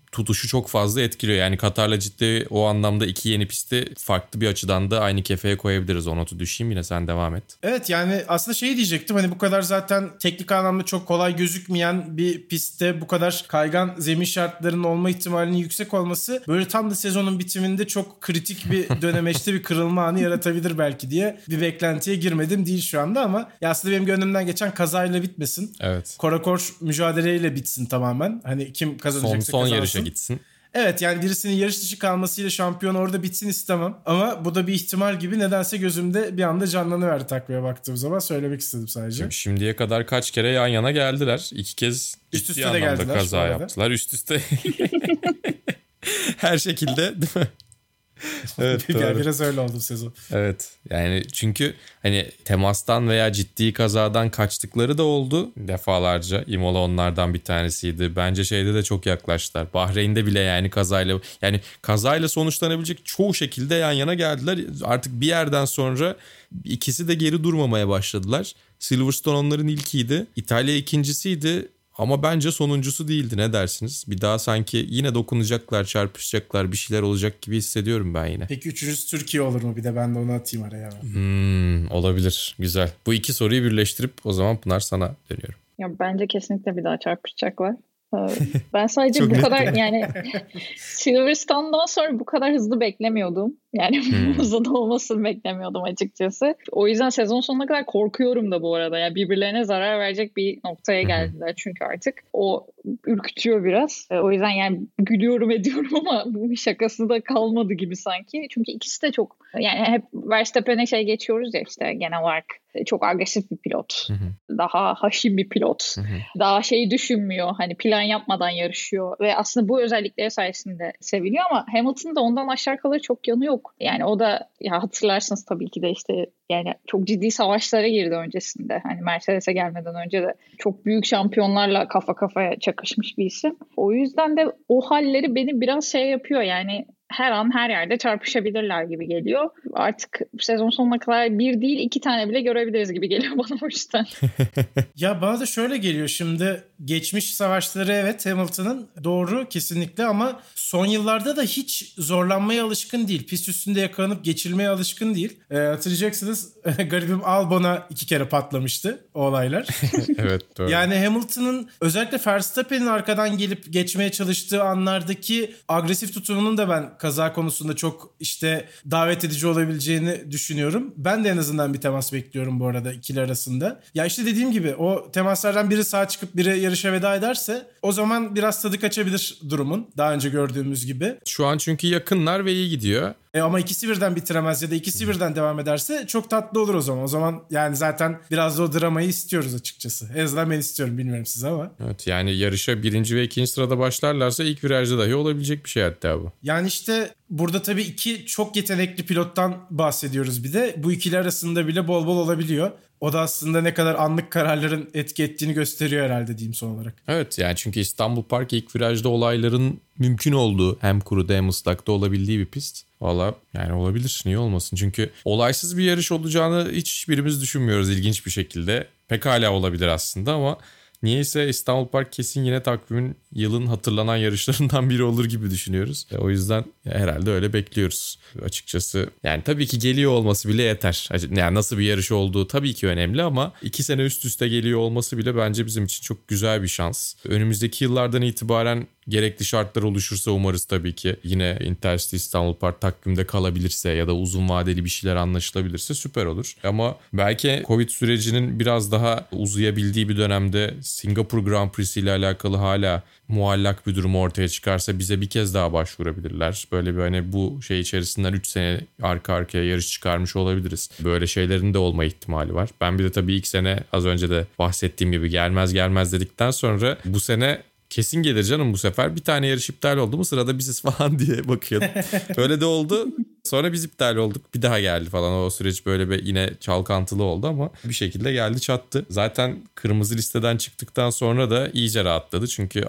tutuşu çok fazla etkiliyor. Yani Katar'la ciddi o anlamda iki yeni pisti farklı bir açıdan da aynı kefeye koyabiliriz. O notu düşeyim, yine sen devam et. Evet, yani aslında şeyi diyecektim, hani bu kadar zaten teknik anlamda çok kolay gözükmeyen bir pistte bu kadar kaygan zemin şartlarının olma ihtimalinin yüksek olması böyle tam da sezonun bitiminde çok kritik bir dönemeçte bir kırılma anı yaratabilir belki diye bir beklentiye girmedim değil şu anda, ama ya aslında benim gönlümden geçen kazayla bitmesin. Evet. Korakor mücadeleyle bitsin tamamen. Hani kim kazanacaksa son kazansın. yarışa gitsin. Evet, yani birisinin yarış dışı kalmasıyla şampiyon orada bitsin istemem. Ama bu da bir ihtimal gibi nedense gözümde bir anda canlanıverdi takvime baktığım zaman. Söylemek istedim sadece. Şimdiye kadar kaç kere yan yana geldiler. 2 kez Üst üste ciddi de anlamda geldiler kaza yaptılar. Üst üste her şekilde, değil mi? Evet, Yani biraz öyle oldu sezon. Evet, yani çünkü hani temastan veya ciddi kazadan kaçtıkları da oldu defalarca. Imola onlardan bir tanesiydi. Bence şeyde de çok yaklaştılar. Bahreyn'de bile yani kazayla sonuçlanabilecek çoğu şekilde yan yana geldiler. Artık bir yerden sonra ikisi de geri durmamaya başladılar. Silverstone onların ilkiydi. İtalya ikincisiydi. Ama bence sonuncusu değildi. Ne dersiniz? Bir daha sanki yine dokunacaklar, çarpışacaklar, bir şeyler olacak gibi hissediyorum ben yine. Peki üçüncüsü Türkiye olur mu? Bir de ben de onu atayım araya. Olabilir. Güzel. Bu iki soruyu birleştirip o zaman Pınar sana dönüyorum. Ya bence kesinlikle bir daha çarpışacaklar. Ben sadece bu kadar yani Silverstone'dan sonra bu kadar hızlı beklemiyordum. Yani hızlı olmasını beklemiyordum açıkçası. O yüzden sezon sonuna kadar korkuyorum da bu arada. Yani birbirlerine zarar verecek bir noktaya geldiler çünkü artık. O ürkütüyor biraz. O yüzden yani gülüyorum ediyorum ama bu bir şakası da kalmadı gibi sanki. Çünkü ikisi de çok, yani hep Verstappen'e geçiyoruz ya işte genel olarak çok agresif bir pilot. Daha haşin bir pilot. Daha düşünmüyor. Hani plan yapmadan yarışıyor ve aslında bu özellikleri sayesinde seviliyor ama Hamilton'ın da ondan aşağı kalır çok yanı yok. Yani o da ya hatırlarsınız tabii ki de işte yani çok ciddi savaşlara girdi öncesinde. Hani Mercedes'e gelmeden önce de çok büyük şampiyonlarla kafa kafaya çakışmış bir isim. O yüzden de o halleri beni biraz yapıyor yani her an her yerde çarpışabilirler gibi geliyor. Artık sezon sonuna kadar bir değil 2 tane bile görebiliriz gibi geliyor bana o yüzden. Ya bana da şöyle geliyor şimdi, geçmiş savaşları evet Hamilton'ın doğru kesinlikle ama son yıllarda da hiç zorlanmaya alışkın değil. Pist üstünde yakalanıp geçilmeye alışkın değil. Hatırlayacaksınız garibim Albon'a 2 kere patlamıştı o olaylar. Evet, doğru. Yani Hamilton'ın özellikle Verstappen'in arkadan gelip geçmeye çalıştığı anlardaki agresif tutumunun da ben kaza konusunda çok davet edici olabileceğini düşünüyorum. Ben de en azından bir temas bekliyorum bu arada ikili arasında. Ya dediğim gibi o temaslardan biri sağa çıkıp biri yarışa veda ederse o zaman biraz tadı kaçabilir durumun. Daha önce gördüğümüz gibi. Şu an çünkü yakınlar ve iyi gidiyor. Ama ikisi birden bitiremez ya da ikisi birden devam ederse çok tatlı olur o zaman. O zaman yani zaten biraz da o dramayı istiyoruz açıkçası. En azından ben istiyorum, bilmiyorum siz ama. Evet, yani yarışa 1. ve 2. sırada başlarlarsa ilk virajda dahi olabilecek bir şey hatta bu. Yani burada tabii iki çok yetenekli pilottan bahsediyoruz bir de. Bu ikili arasında bile bol bol olabiliyor. O da aslında ne kadar anlık kararların etki ettiğini gösteriyor herhalde diyeyim son olarak. Evet, yani çünkü İstanbul Park ilk virajda olayların mümkün olduğu, hem kuruda hem ıslakta olabildiği bir pist. Valla yani olabilir, niye olmasın? Çünkü olaysız bir yarış olacağını hiçbirimiz düşünmüyoruz ilginç bir şekilde. Pekala olabilir aslında ama niyeyse İstanbul Park kesin yine takvimin yılın hatırlanan yarışlarından biri olur gibi düşünüyoruz. O yüzden herhalde öyle bekliyoruz açıkçası. Yani tabii ki geliyor olması bile yeter. Yani nasıl bir yarış olduğu tabii ki önemli ama 2 sene üst üste geliyor olması bile bence bizim için çok güzel bir şans. Önümüzdeki yıllardan itibaren gerekli şartlar oluşursa umarız tabii ki yine Intercity İstanbul Park takvimde kalabilirse ya da uzun vadeli bir şeyler anlaşılabilirse süper olur. Ama belki Covid sürecinin biraz daha uzayabildiği bir dönemde Singapur Grand Prix ile alakalı hala muallak bir durum ortaya çıkarsa bize bir kez daha başvurabilirler. Böyle bir bu içerisinden 3 sene arka arkaya yarış çıkarmış olabiliriz. Böyle şeylerin de olma ihtimali var. Ben bir de tabii ilk sene az önce de bahsettiğim gibi gelmez dedikten sonra bu sene kesin gelir canım bu sefer. Bir tane yarış iptal oldu mu sırada biziz falan diye bakıyordum. Öyle de oldu. Sonra biz iptal olduk. Bir daha geldi falan. O süreç böyle yine çalkantılı oldu ama bir şekilde geldi çattı. Zaten kırmızı listeden çıktıktan sonra da iyice rahatladı. Çünkü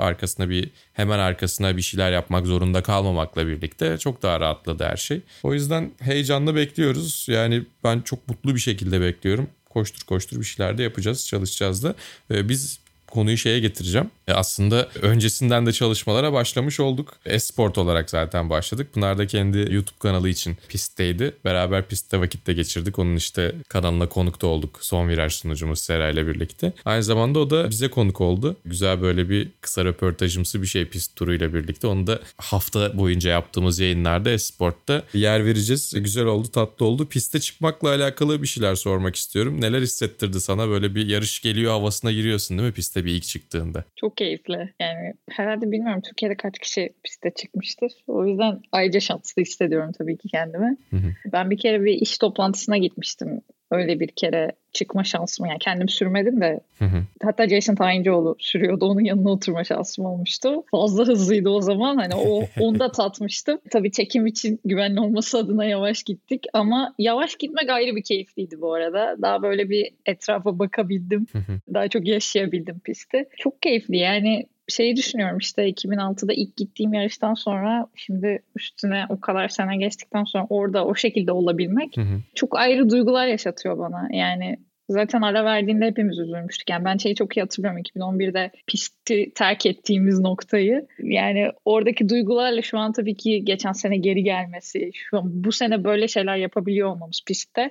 hemen arkasına bir şeyler yapmak zorunda kalmamakla birlikte çok daha rahatladı her şey. O yüzden heyecanla bekliyoruz. Yani ben çok mutlu bir şekilde bekliyorum. Koştur bir şeyler de yapacağız, çalışacağız da. Biz konuyu getireceğim. Aslında öncesinden de çalışmalara başlamış olduk. Esport olarak zaten başladık. Pınar da kendi YouTube kanalı için pistteydi. Beraber pistte vakitte geçirdik. Onun işte kanalına konuk da olduk. Son viraj sunucumuz Sera ile birlikte. Aynı zamanda o da bize konuk oldu. Güzel böyle bir kısa röportajımsı bir şey pist turuyla birlikte. Onu da hafta boyunca yaptığımız yayınlarda Esport'ta yer vereceğiz. Güzel oldu, tatlı oldu. Piste çıkmakla alakalı bir şeyler sormak istiyorum. Neler hissettirdi sana? Böyle bir yarış geliyor havasına giriyorsun değil mi piste bir ilk çıktığında? Çok keyifli. Yani herhalde bilmiyorum Türkiye'de kaç kişi piste çıkmıştır. O yüzden ayrıca şanslı hissediyorum tabii ki kendimi. Ben bir kere bir iş toplantısına gitmiştim. Öyle bir kere çıkma şansım, yani kendim sürmedim de hatta Jason Tayincioğlu sürüyordu, onun yanına oturma şansım olmuştu. Fazla hızlıydı o zaman, hani onu da tatmıştım. Tabii çekim için güvenli olması adına yavaş gittik ama yavaş gitmek ayrı bir keyifliydi bu arada. Daha böyle bir etrafa bakabildim. Daha çok yaşayabildim pisti. Çok keyifli yani. Şeyi düşünüyorum işte 2006'da ilk gittiğim yarıştan sonra şimdi üstüne o kadar sene geçtikten sonra orada o şekilde olabilmek çok ayrı duygular yaşatıyor bana. Yani zaten ara verdiğinde hepimiz üzülmüştük. Yani ben şeyi çok iyi hatırlıyorum 2011'de pisti terk ettiğimiz noktayı. Yani oradaki duygularla şu an tabii ki geçen sene geri gelmesi, şu an bu sene böyle şeyler yapabiliyor olmamız pistte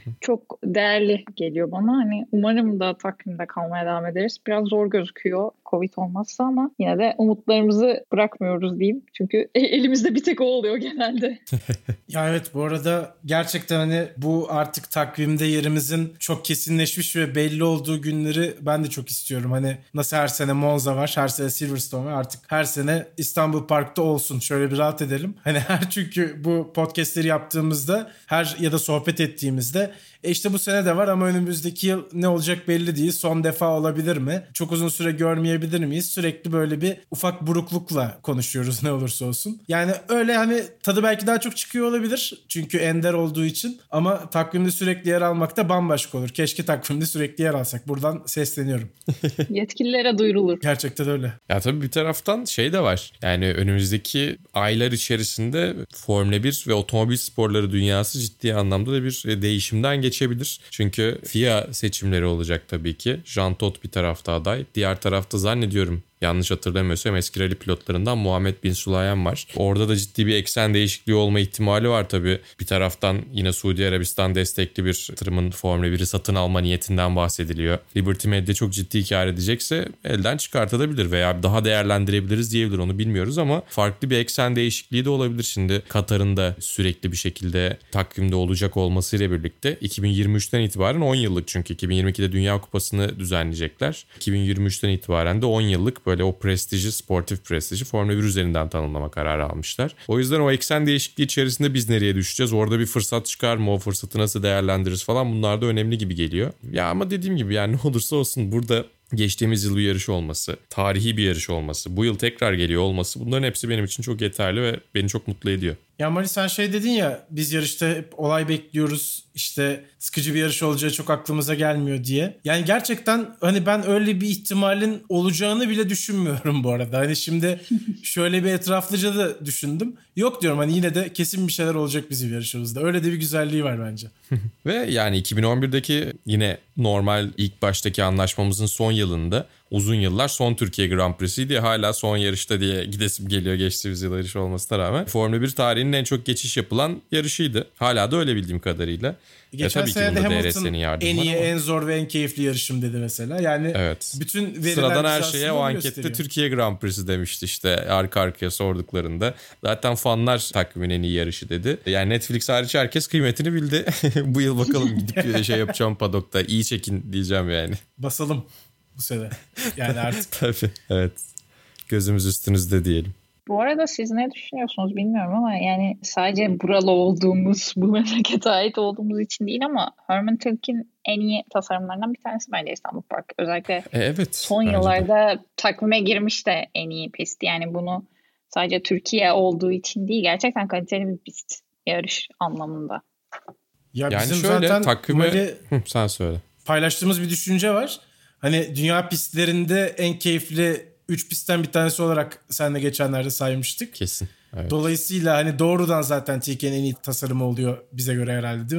çok değerli geliyor bana. Hani umarım da takvimde kalmaya devam ederiz. Biraz zor gözüküyor Covid olmazsa ama yine de umutlarımızı bırakmıyoruz diyeyim. Çünkü elimizde bir tek o oluyor genelde. Ya evet, bu arada gerçekten hani bu artık takvimde yerimizin çok kesinleşmiş ve belli olduğu günleri ben de çok istiyorum. Hani nasıl her sene Monza var, her sene Silverstone var, artık her sene İstanbul Park'ta olsun. Şöyle bir rahat edelim. Hani çünkü bu podcastleri yaptığımızda ya da sohbet ettiğimizde işte bu sene de var ama önümüzdeki yıl ne olacak belli değil. Son defa olabilir mi? Çok uzun süre görmeyebilir miyiz? Sürekli böyle bir ufak buruklukla konuşuyoruz ne olursa olsun. Yani öyle hani tadı belki daha çok çıkıyor olabilir. Çünkü ender olduğu için. Ama takvimde sürekli yer almak da bambaşka olur. Keşke takvimde sürekli yer alsak. Buradan sesleniyorum. Yetkililere duyurulur. Gerçekten öyle. Ya tabii bir taraftan şey de var. Yani önümüzdeki aylar içerisinde Formula 1 ve otomobil sporları dünyası ciddi anlamda da bir değişimden geçebilir. Çünkü FIA seçimleri olacak tabii ki. Jean Todt bir tarafta aday. Diğer tarafta zannediyorum, yanlış hatırlamıyorsam eski rally pilotlarından Muhammed Bin Sulayem var. Orada da ciddi bir eksen değişikliği olma ihtimali var tabii. Bir taraftan yine Suudi Arabistan destekli bir yatırımın Formula 1'i satın alma niyetinden bahsediliyor. Liberty Media çok ciddi kar edecekse elden çıkartabilir veya daha değerlendirebiliriz diyebilir, onu bilmiyoruz ama farklı bir eksen değişikliği de olabilir. Şimdi Katar'ın da sürekli bir şekilde takvimde olacak olmasıyla birlikte 2023'ten itibaren 10 yıllık, çünkü 2022'de Dünya Kupası'nı düzenleyecekler. 2023'ten itibaren de 10 yıllık böyle o prestiji, sportif prestiji Formula 1 üzerinden tanımlama kararı almışlar. O yüzden o eksen değişikliği içerisinde biz nereye düşeceğiz? Orada bir fırsat çıkar mı? O fırsatı nasıl değerlendiririz falan, bunlar da önemli gibi geliyor. Ya ama dediğim gibi yani ne olursa olsun burada geçtiğimiz yıl bir yarış olması, tarihi bir yarış olması, bu yıl tekrar geliyor olması, bunların hepsi benim için çok yeterli ve beni çok mutlu ediyor. Ya Mali, sen şey dedin ya, biz yarışta hep olay bekliyoruz, işte sıkıcı bir yarış olacağı çok aklımıza gelmiyor diye. Yani gerçekten hani ben öyle bir ihtimalin olacağını bile düşünmüyorum bu arada. Hani şimdi şöyle bir etraflıca da düşündüm. Yok diyorum, hani yine de kesin bir şeyler olacak bizim yarışımızda. Öyle de bir güzelliği var bence. Ve yani 2011'deki yine normal ilk baştaki anlaşmamızın son yılında uzun yıllar son Türkiye Grand Prix'siydi. Hala son yarışta diye gidesim geliyor geçtiğimiz yıl yarış olmasına rağmen. Formula 1 tarihinin en çok geçiş yapılan yarışıydı. Hala da öyle bildiğim kadarıyla. Geçen sene de Hamilton en iyi, en zor ve en keyifli yarışım dedi mesela. Yani evet. Bütün veriler sıradan her şeye o ankette gösteriyor. Türkiye Grand Prix'si demişti işte arka arkaya sorduklarında. Zaten fanlar takvimin en iyi yarışı dedi. Yani Netflix hariç herkes kıymetini bildi. Bu yıl bakalım gidip şey yapacağım padokta. İyi çekin diyeceğim yani. Basalım bu sene. Yani artık. Tabii, evet. Gözümüz üstünüzde diyelim. Bu arada siz ne düşünüyorsunuz bilmiyorum ama yani sadece buralı olduğumuz, bu memlekete ait olduğumuz için değil ama Herman Tilke'nin en iyi tasarımlarından bir tanesi bence İstanbul Park. Özellikle evet, son yıllarda takvime girmiş de en iyi pist. Yani bunu sadece Türkiye olduğu için değil, gerçekten kaliteli bir pist yarış anlamında. Ya yani bizim şöyle zaten takvime sen söyle. Paylaştığımız bir düşünce var. Hani dünya pistlerinde en keyifli 3 pistten bir tanesi olarak seninle geçenlerde saymıştık. Kesin. Evet. Dolayısıyla hani doğrudan zaten TK'nin en iyi tasarımı oluyor bize göre herhalde, değil mi?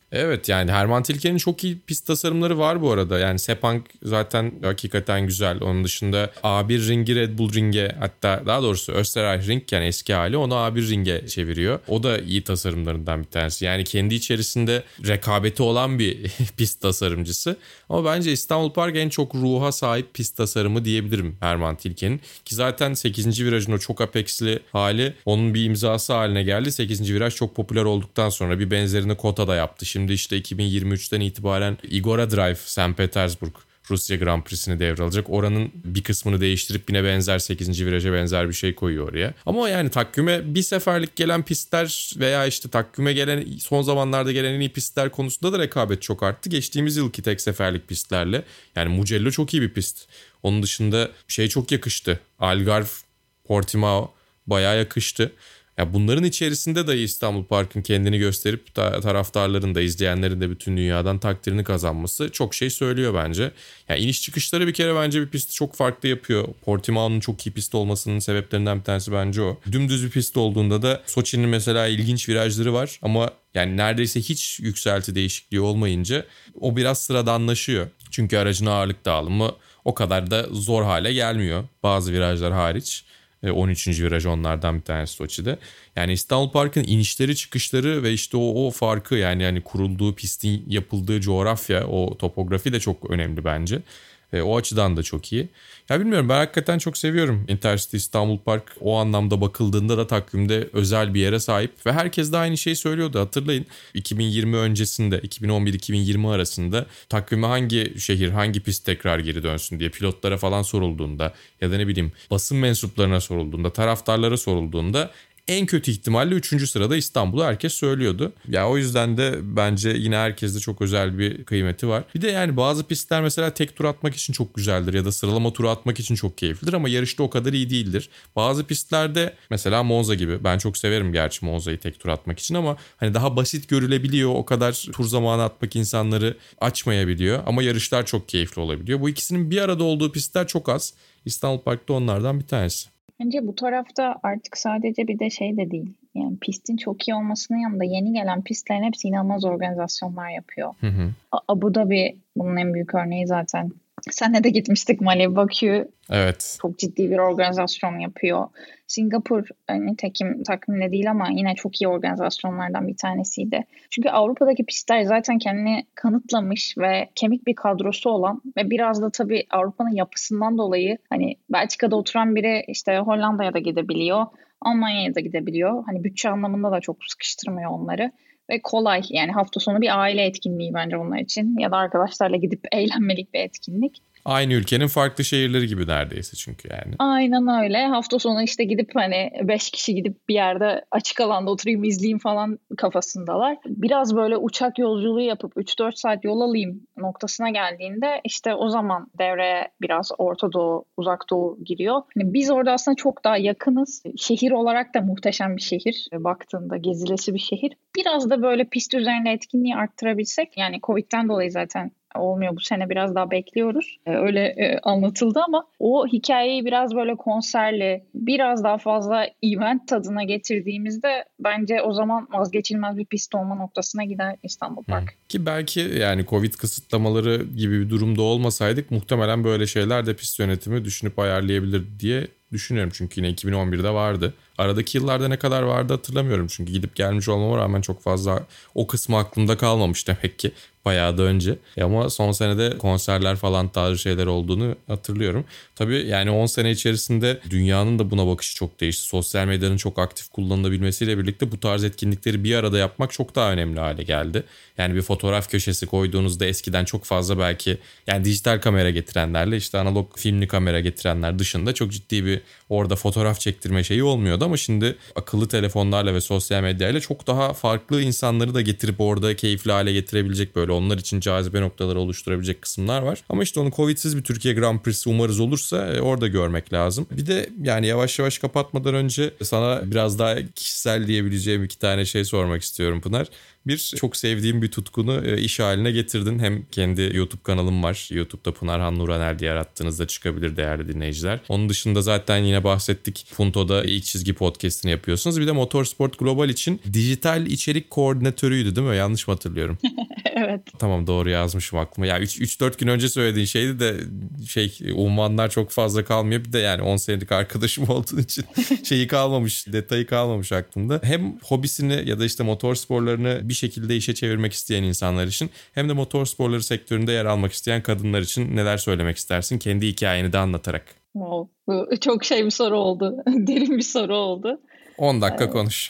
Evet, yani Hermann Tilke'nin çok iyi pist tasarımları var bu arada. Yani Sepang zaten hakikaten güzel. Onun dışında A1 ringi Red Bull ringe, hatta daha doğrusu Österreich ring, yani eski hali, onu A1 ringe çeviriyor. O da iyi tasarımlarından bir tanesi. Yani kendi içerisinde rekabeti olan bir pist tasarımcısı. Ama bence İstanbul Park en çok ruha sahip pist tasarımı diyebilirim Hermann Tilke'nin. Ki zaten 8. virajın o çok apexli hali onun bir imzası haline geldi. 8. viraj çok popüler olduktan sonra bir benzerini Kota'da yaptı. Şimdi işte 2023'ten itibaren Igora Drive St. Petersburg Rusya Grand Prix'sini devralacak. Oranın bir kısmını değiştirip yine benzer 8. viraja benzer bir şey koyuyor oraya. Ama yani takvime bir seferlik gelen pistler veya işte takvime gelen, son zamanlarda gelen en iyi pistler konusunda da rekabet çok arttı. Geçtiğimiz yılki tek seferlik pistlerle. Yani Mugello çok iyi bir pist. Onun dışında şey çok yakıştı. Algarve, Portimao bayağı yakıştı. Ya bunların içerisinde dahi İstanbul Park'ın kendini gösterip taraftarların da, izleyenlerin de bütün dünyadan takdirini kazanması çok şey söylüyor bence. Yani iniş çıkışları bir kere bence bir pisti çok farklı yapıyor. Portimao'nun çok iyi pist olmasının sebeplerinden bir tanesi bence o. Dümdüz bir pist olduğunda da Soçi'nin mesela ilginç virajları var ama yani neredeyse hiç yükselti değişikliği olmayınca o biraz sıradanlaşıyor. Çünkü aracın ağırlık dağılımı o kadar da zor hale gelmiyor bazı virajlar hariç. 13. viraj onlardan bir tanesi Soçi'de. Yani İstanbul Park'ın inişleri çıkışları ve işte o farkı, yani kurulduğu pistin yapıldığı coğrafya, o topografi de çok önemli bence. O açıdan da çok iyi. Ya bilmiyorum, ben hakikaten çok seviyorum Intercity İstanbul Park. O anlamda bakıldığında da takvimde özel bir yere sahip. Ve herkes de aynı şeyi söylüyordu, hatırlayın. 2020 öncesinde, 2011-2020 arasında takvime hangi şehir, hangi pist tekrar geri dönsün diye pilotlara falan sorulduğunda ya da ne bileyim basın mensuplarına sorulduğunda, taraftarlara sorulduğunda en kötü ihtimalle 3. sırada İstanbul'u herkes söylüyordu. Ya o yüzden de bence yine herkeste çok özel bir kıymeti var. Bir de yani bazı pistler mesela tek tur atmak için çok güzeldir ya da sıralama turu atmak için çok keyiflidir ama yarışta o kadar iyi değildir. Bazı pistlerde mesela Monza gibi, ben çok severim gerçi Monza'yı tek tur atmak için ama hani daha basit görülebiliyor, o kadar tur zamanı atmak insanları açmayabiliyor ama yarışlar çok keyifli olabiliyor. Bu ikisinin bir arada olduğu pistler çok az. İstanbul Park'ta onlardan bir tanesi. Bence bu tarafta artık sadece bir de şey de değil. Yani pistin çok iyi olmasının yanında yeni gelen pistlerin hepsi inanılmaz organizasyonlar yapıyor. Abu Dhabi bunun en büyük örneği zaten. Senle de gitmiştik Mali, Bakü. Evet. Çok ciddi bir organizasyon yapıyor. Singapur nitekim takvimde değil ama yine çok iyi organizasyonlardan bir tanesiydi. Çünkü Avrupa'daki pistler zaten kendini kanıtlamış ve kemik bir kadrosu olan ve biraz da tabii Avrupa'nın yapısından dolayı hani Belçika'da oturan biri işte Hollanda'ya da gidebiliyor, Almanya'ya da gidebiliyor. Hani bütçe anlamında da çok sıkıştırmıyor onları. Ve kolay, yani hafta sonu bir aile etkinliği bence onlar için ya da arkadaşlarla gidip eğlenmelik bir etkinlik. Aynı ülkenin farklı şehirleri gibi neredeyse çünkü yani. Aynen öyle. Hafta sonu işte gidip hani 5 kişi gidip bir yerde açık alanda oturayım izleyeyim falan kafasındalar. Biraz böyle uçak yolculuğu yapıp 3-4 saat yol alayım noktasına geldiğinde işte o zaman devreye biraz Orta Doğu, Uzak Doğu giriyor. Hani biz orada aslında çok daha yakınız. Şehir olarak da muhteşem bir şehir. Baktığında gezilesi bir şehir. Biraz da böyle pist üzerinde etkinliği arttırabilsek, yani Covid'den dolayı zaten olmuyor. Bu sene biraz daha bekliyoruz. Öyle anlatıldı ama o hikayeyi biraz böyle konserli, biraz daha fazla event tadına getirdiğimizde bence o zaman vazgeçilmez bir pist olma noktasına gider İstanbul Park. Ki belki yani Covid kısıtlamaları gibi bir durumda olmasaydık muhtemelen böyle şeyler de pist yönetimi düşünüp ayarlayabilir diye düşünüyorum. Çünkü yine 2011'de vardı. Aradaki yıllarda ne kadar vardı hatırlamıyorum. Çünkü gidip gelmiş olmama rağmen çok fazla o kısmı aklımda kalmamış demek ki. Bayağı da önce. Ama son senede konserler falan tarzı şeyler olduğunu hatırlıyorum. Tabii yani 10 sene içerisinde dünyanın da buna bakışı çok değişti. Sosyal medyanın çok aktif kullanılabilmesiyle birlikte bu tarz etkinlikleri bir arada yapmak çok daha önemli hale geldi. Yani bir fotoğraf köşesi koyduğunuzda eskiden çok fazla belki yani dijital kamera getirenlerle işte analog filmli kamera getirenler dışında çok ciddi bir orada fotoğraf çektirme şeyi olmuyordu ama şimdi akıllı telefonlarla ve sosyal medyayla çok daha farklı insanları da getirip orada keyifli hale getirebilecek, böyle onlar için cazibe noktaları oluşturabilecek kısımlar var. Ama işte onu Covid'siz bir Türkiye Grand Prix'si umarız olursa orada görmek lazım. Bir de yani yavaş yavaş kapatmadan önce sana biraz daha kişisel diyebileceğim 2 tane şey sormak istiyorum Pınar. bir çok sevdiğim bir tutkunu iş haline getirdin. Hem kendi YouTube kanalım var. YouTube'da Pınarhan Nuraner diye arattığınızda çıkabilir değerli dinleyiciler. Onun dışında zaten yine bahsettik. Punto'da ilk çizgi podcast'ini yapıyorsunuz. Bir de Motorsport Global için dijital içerik koordinatörüydü değil mi? Yanlış mı hatırlıyorum? Evet. Tamam, doğru yazmışım aklıma. Ya 3-4 gün önce söylediğin şeydi de unvanlar çok fazla kalmıyor. Bir de yani 10 senelik arkadaşım olduğu için şeyi kalmamış, detayı kalmamış aklımda. Hem hobisini ya da işte motor sporlarını bir şekilde işe çevirmek isteyen insanlar için hem de motor sporları sektöründe yer almak isteyen kadınlar için neler söylemek istersin? Kendi hikayeni de anlatarak. Wow. Bu çok bir soru oldu. Derin bir soru oldu. 10 dakika konuş.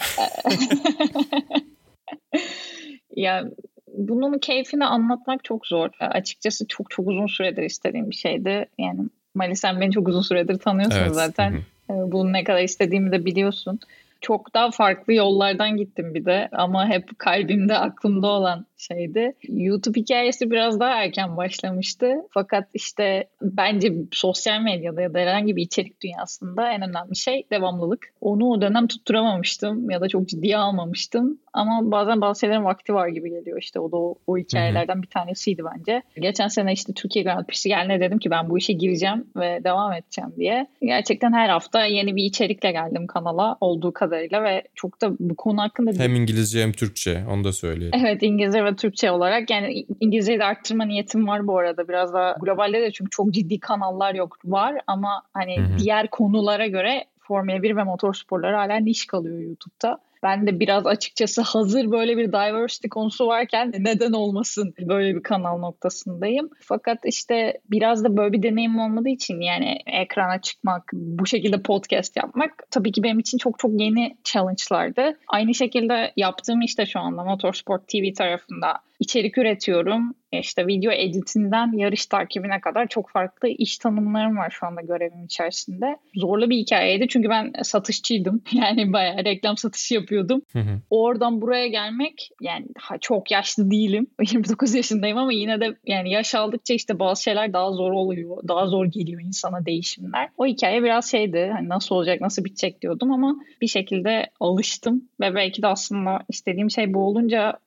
Ya bunun keyfini anlatmak çok zor. Açıkçası çok uzun süredir istediğim bir şeydi. Yani Mali, sen beni çok uzun süredir tanıyorsun evet. zaten. Bunu ne kadar istediğimi de biliyorsun. Çok daha farklı yollardan gittim bir de ama hep kalbimde, aklımda olan şeydi. YouTube hikayesi biraz daha erken başlamıştı. Fakat işte bence sosyal medyada ya da herhangi bir içerik dünyasında en önemli şey devamlılık. Onu o dönem tutturamamıştım ya da çok ciddiye almamıştım. Ama bazen bazı şeylerin vakti var gibi geliyor. İşte o da o hikayelerden bir tanesiydi bence. Geçen sene işte Türkiye Grand Prix'si geldiğinde dedim ki ben bu işe gireceğim ve devam edeceğim diye. Gerçekten her hafta yeni bir içerikle geldim kanala olduğu kadarıyla ve çok da bu konu hakkında... Hem İngilizce hem Türkçe, onu da söyleyelim. Evet, İngilizce ve Türkçe olarak. Yani İngilizceyi de arttırma niyetim var bu arada. Biraz daha globalde de çünkü çok ciddi kanallar var ama hani diğer konulara göre Formula 1 ve motorsporları hala niş kalıyor YouTube'da. Ben de biraz açıkçası hazır böyle bir diversity konusu varken neden olmasın böyle bir kanal noktasındayım. Fakat işte biraz da böyle bir deneyim olmadığı için yani ekrana çıkmak, bu şekilde podcast yapmak tabii ki benim için çok yeni challenge'lardı. Aynı şekilde yaptığım işte şu anda Motorsport TV tarafında içerik üretiyorum. İşte video editinden yarış takibine kadar çok farklı iş tanımlarım var şu anda görevim içerisinde. Zorlu bir hikayeydi çünkü ben satışçıydım. Yani bayağı reklam satışı yapıyordum. Oradan buraya gelmek, yani çok yaşlı değilim. 29 yaşındayım ama yine de yani yaş aldıkça işte bazı şeyler daha zor oluyor. Daha zor geliyor insana değişimler. O hikaye biraz hani nasıl olacak, nasıl bitecek diyordum ama bir şekilde alıştım ve belki de aslında istediğim şey bu olunca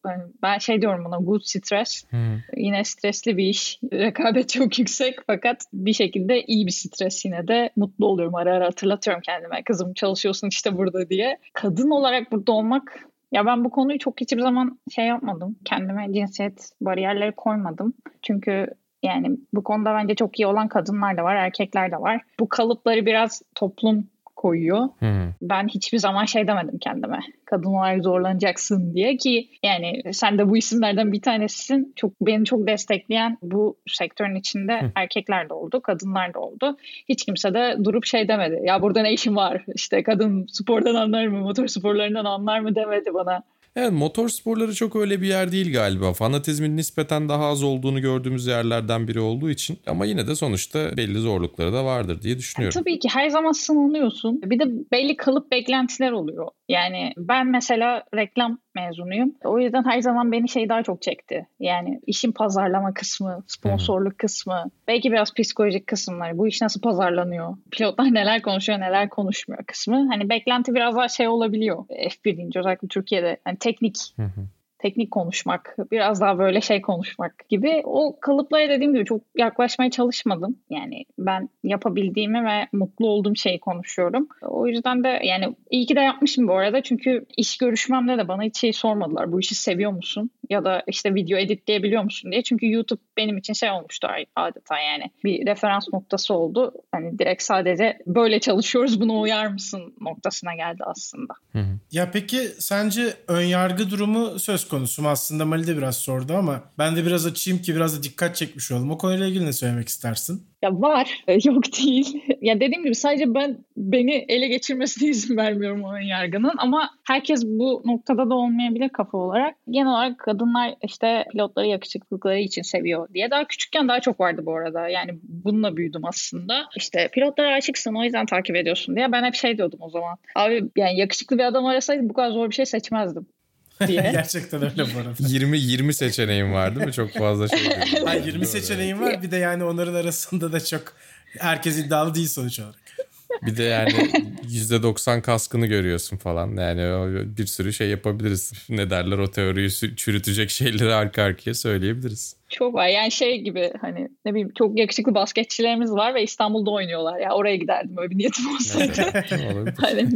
ben diyorum buna good stress. Yine stresli bir iş. Rekabet çok yüksek fakat bir şekilde iyi bir stres yine de. Mutlu oluyorum. Ara ara hatırlatıyorum kendime. Kızım çalışıyorsun işte burada diye. Kadın olarak burada olmak, ya ben bu konuyu çok hiçbir zaman yapmadım. Kendime cinsiyet bariyerleri koymadım. Çünkü yani bu konuda bence çok iyi olan kadınlar da var, erkekler de var. Bu kalıpları biraz toplum koyuyor. Ben hiçbir zaman demedim kendime. Kadın olarak zorlanacaksın diye ki yani sen de bu isimlerden bir tanesisin. Beni çok destekleyen bu sektörün içinde erkekler de oldu, kadınlar da oldu. Hiç kimse de durup demedi. Ya burada ne işin var? İşte kadın spordan anlar mı, motor sporlarından anlar mı demedi bana. Evet, motor sporları çok öyle bir yer değil galiba. Fanatizmin nispeten daha az olduğunu gördüğümüz yerlerden biri olduğu için. Ama yine de sonuçta belli zorlukları da vardır diye düşünüyorum. Tabii ki her zaman sınanıyorsun. Bir de belli kalıp beklentiler oluyor. Yani ben mesela reklam mezunuyum. O yüzden her zaman beni daha çok çekti. Yani işin pazarlama kısmı, sponsorluk kısmı, belki biraz psikolojik kısımları. Bu iş nasıl pazarlanıyor? Pilotlar neler konuşuyor, neler konuşmuyor kısmı. Hani beklenti biraz daha olabiliyor. F1 deyince özellikle Türkiye'de. Hani teknik konuşmak, biraz daha böyle konuşmak gibi. O kalıplara dediğim gibi çok yaklaşmaya çalışmadım. Yani ben yapabildiğimi ve mutlu olduğum şeyi konuşuyorum. O yüzden de yani iyi ki de yapmışım bu arada. Çünkü iş görüşmemde de bana hiç sormadılar. Bu işi seviyor musun? Ya da işte video editleyebiliyor musun diye. Çünkü YouTube benim için olmuştu adeta yani. Bir referans noktası oldu. Hani direkt sadece böyle çalışıyoruz, buna uyar mısın noktasına geldi aslında. Ya peki sence önyargı durumu söz konusu mu? Aslında Mali de biraz sordu ama ben de biraz açayım ki biraz da dikkat çekmiş olalım. O konuyla ilgili ne söylemek istersin? Ya var, yok değil. Ya dediğim gibi sadece beni ele geçirmesine izin vermiyorum o yargının ama herkes bu noktada da olmayabilir kafa olarak. Genel olarak kadınlar işte pilotları yakışıklılıkları için seviyor diye. Daha küçükken daha çok vardı bu arada. Yani bununla büyüdüm aslında. İşte pilotlara aşıksın, o yüzden takip ediyorsun diye. Ben hep diyordum o zaman. Abi yani yakışıklı bir adam arasaydım bu kadar zor bir şey seçmezdim diye. Gerçekten öyle bu arada. 20 seçeneğim var değil mi? Çok fazla Hayır, 20 seçeneğim var. Bir de yani onların arasında da çok herkes iddialı değil sonuç olarak. Bir de yani %90 kaskını görüyorsun falan. Yani bir sürü şey yapabiliriz. Ne derler, o teoriyi çürütecek şeyleri arka arkaya söyleyebiliriz. Çok var. Yani şey gibi hani ne bileyim çok yakışıklı basketçilerimiz var ve İstanbul'da oynuyorlar. Ya oraya giderdim öyle bir niyetim olsaydı. Hani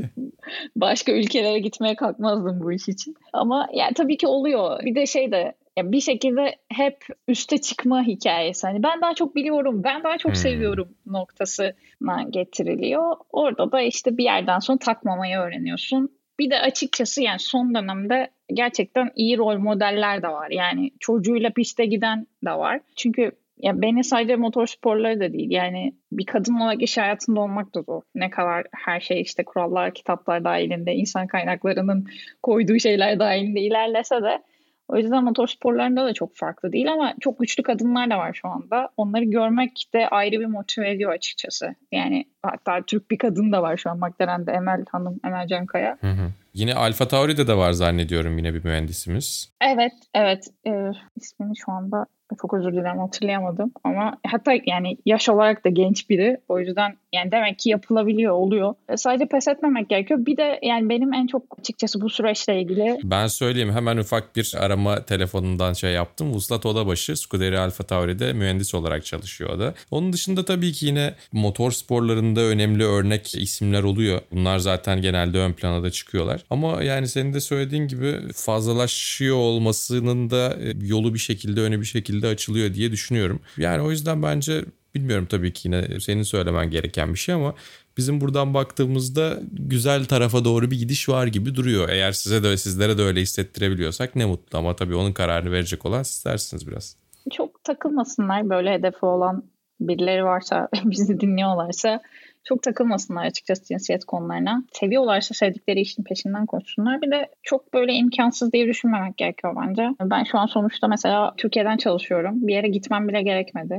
başka ülkelere gitmeye kalkmazdım bu iş için. Ama yani tabii ki oluyor. Bir de şey de ya bir şekilde hep üste çıkma hikayesi. Hani ben daha çok biliyorum, ben daha çok seviyorum noktasına getiriliyor. Orada da işte bir yerden sonra takmamayı öğreniyorsun. Bir de açıkçası yani son dönemde gerçekten iyi rol modeller de var. Yani çocuğuyla piste giden de var. Çünkü ya beni sadece motorsporları da değil. Yani bir kadın olarak iş hayatında olmak da zor. Ne kadar her şey işte kurallar, kitaplar dahilinde, insan kaynaklarının koyduğu şeyler dahilinde ilerlese de o yüzden motorsporlarında da çok farklı değil ama çok güçlü kadınlar da var şu anda. Onları görmek de ayrı bir motive ediyor açıkçası. Yani hatta Türk bir kadın da var şu an McLaren'de, Emel Cankaya. Yine Alfa Tauri'de de var zannediyorum yine bir mühendisimiz. Evet. İsmini şu anda çok özür dilerim hatırlayamadım ama hatta yani yaş olarak da genç biri. O yüzden yani demek ki yapılabiliyor, oluyor. Sadece pes etmemek gerekiyor. Bir de yani benim en çok açıkçası bu süreçle ilgili... Ben söyleyeyim, hemen ufak bir arama telefonundan şey yaptım. Vuslat Odabaşı Scuderia Alfa Tauri'de mühendis olarak çalışıyor o da. Onun dışında tabii ki yine motor sporlarında önemli örnek isimler oluyor. Bunlar zaten genelde ön plana da çıkıyorlar. Ama yani senin de söylediğin gibi fazlalaşıyor olmasının da yolu bir şekilde, önü bir şekilde açılıyor diye düşünüyorum. Yani o yüzden bence, bilmiyorum tabii ki yine senin söylemen gereken bir şey ama bizim buradan baktığımızda güzel tarafa doğru bir gidiş var gibi duruyor. Eğer sizlere de öyle hissettirebiliyorsak ne mutlu, ama tabii onun kararını verecek olan sizlersiniz biraz. Çok takılmasınlar, böyle hedefi olan birileri varsa, bizi dinliyorlarsa çok takılmasınlar açıkçası cinsiyet konularına. Seviyorlarsa sevdikleri işin peşinden koşsunlar. Bir de çok böyle imkansız diye düşünmemek gerekiyor bence. Ben şu an sonuçta mesela Türkiye'den çalışıyorum. Bir yere gitmem bile gerekmedi.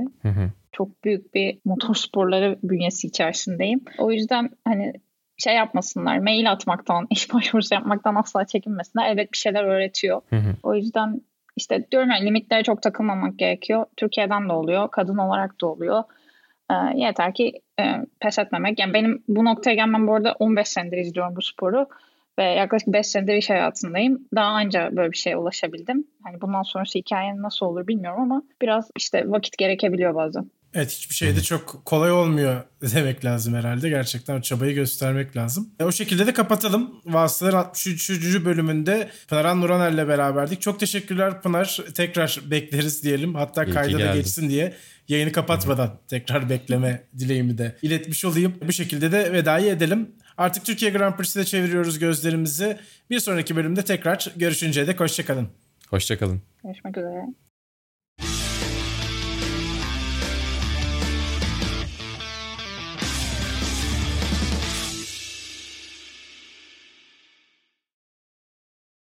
Çok büyük bir motorsporları bünyesi içerisindeyim. O yüzden hani şey yapmasınlar, mail atmaktan, iş başvurusu yapmaktan asla çekinmesinler. Evet, bir şeyler öğretiyor. O yüzden işte diyorum ya, limitlere çok takılmamak gerekiyor. Türkiye'den de oluyor, kadın olarak da oluyor. Yeter ki pes etmemek. Yani benim bu noktaya gelmem, bu arada 15 senedir izliyorum bu sporu ve yaklaşık 5 senedir iş hayatındayım. Daha anca böyle bir şeye ulaşabildim. Hani bundan sonrası hikayenin nasıl olur bilmiyorum ama biraz işte vakit gerekebiliyor bazen. Evet, hiçbir şey de çok kolay olmuyor demek lazım herhalde. Gerçekten o çabayı göstermek lazım. O şekilde de kapatalım. Vasıtalar 63. bölümünde Pınar Nuranel'le beraberdik. Çok teşekkürler Pınar. Tekrar bekleriz diyelim. Hatta kayda da geçsin diye yayını kapatmadan tekrar bekleme dileğimi de iletmiş olayım. Bu şekilde de vedayı edelim. Artık Türkiye Grand Prix'de çeviriyoruz gözlerimizi. Bir sonraki bölümde tekrar görüşünceye dek hoşçakalın. Hoşçakalın. Görüşmek üzere.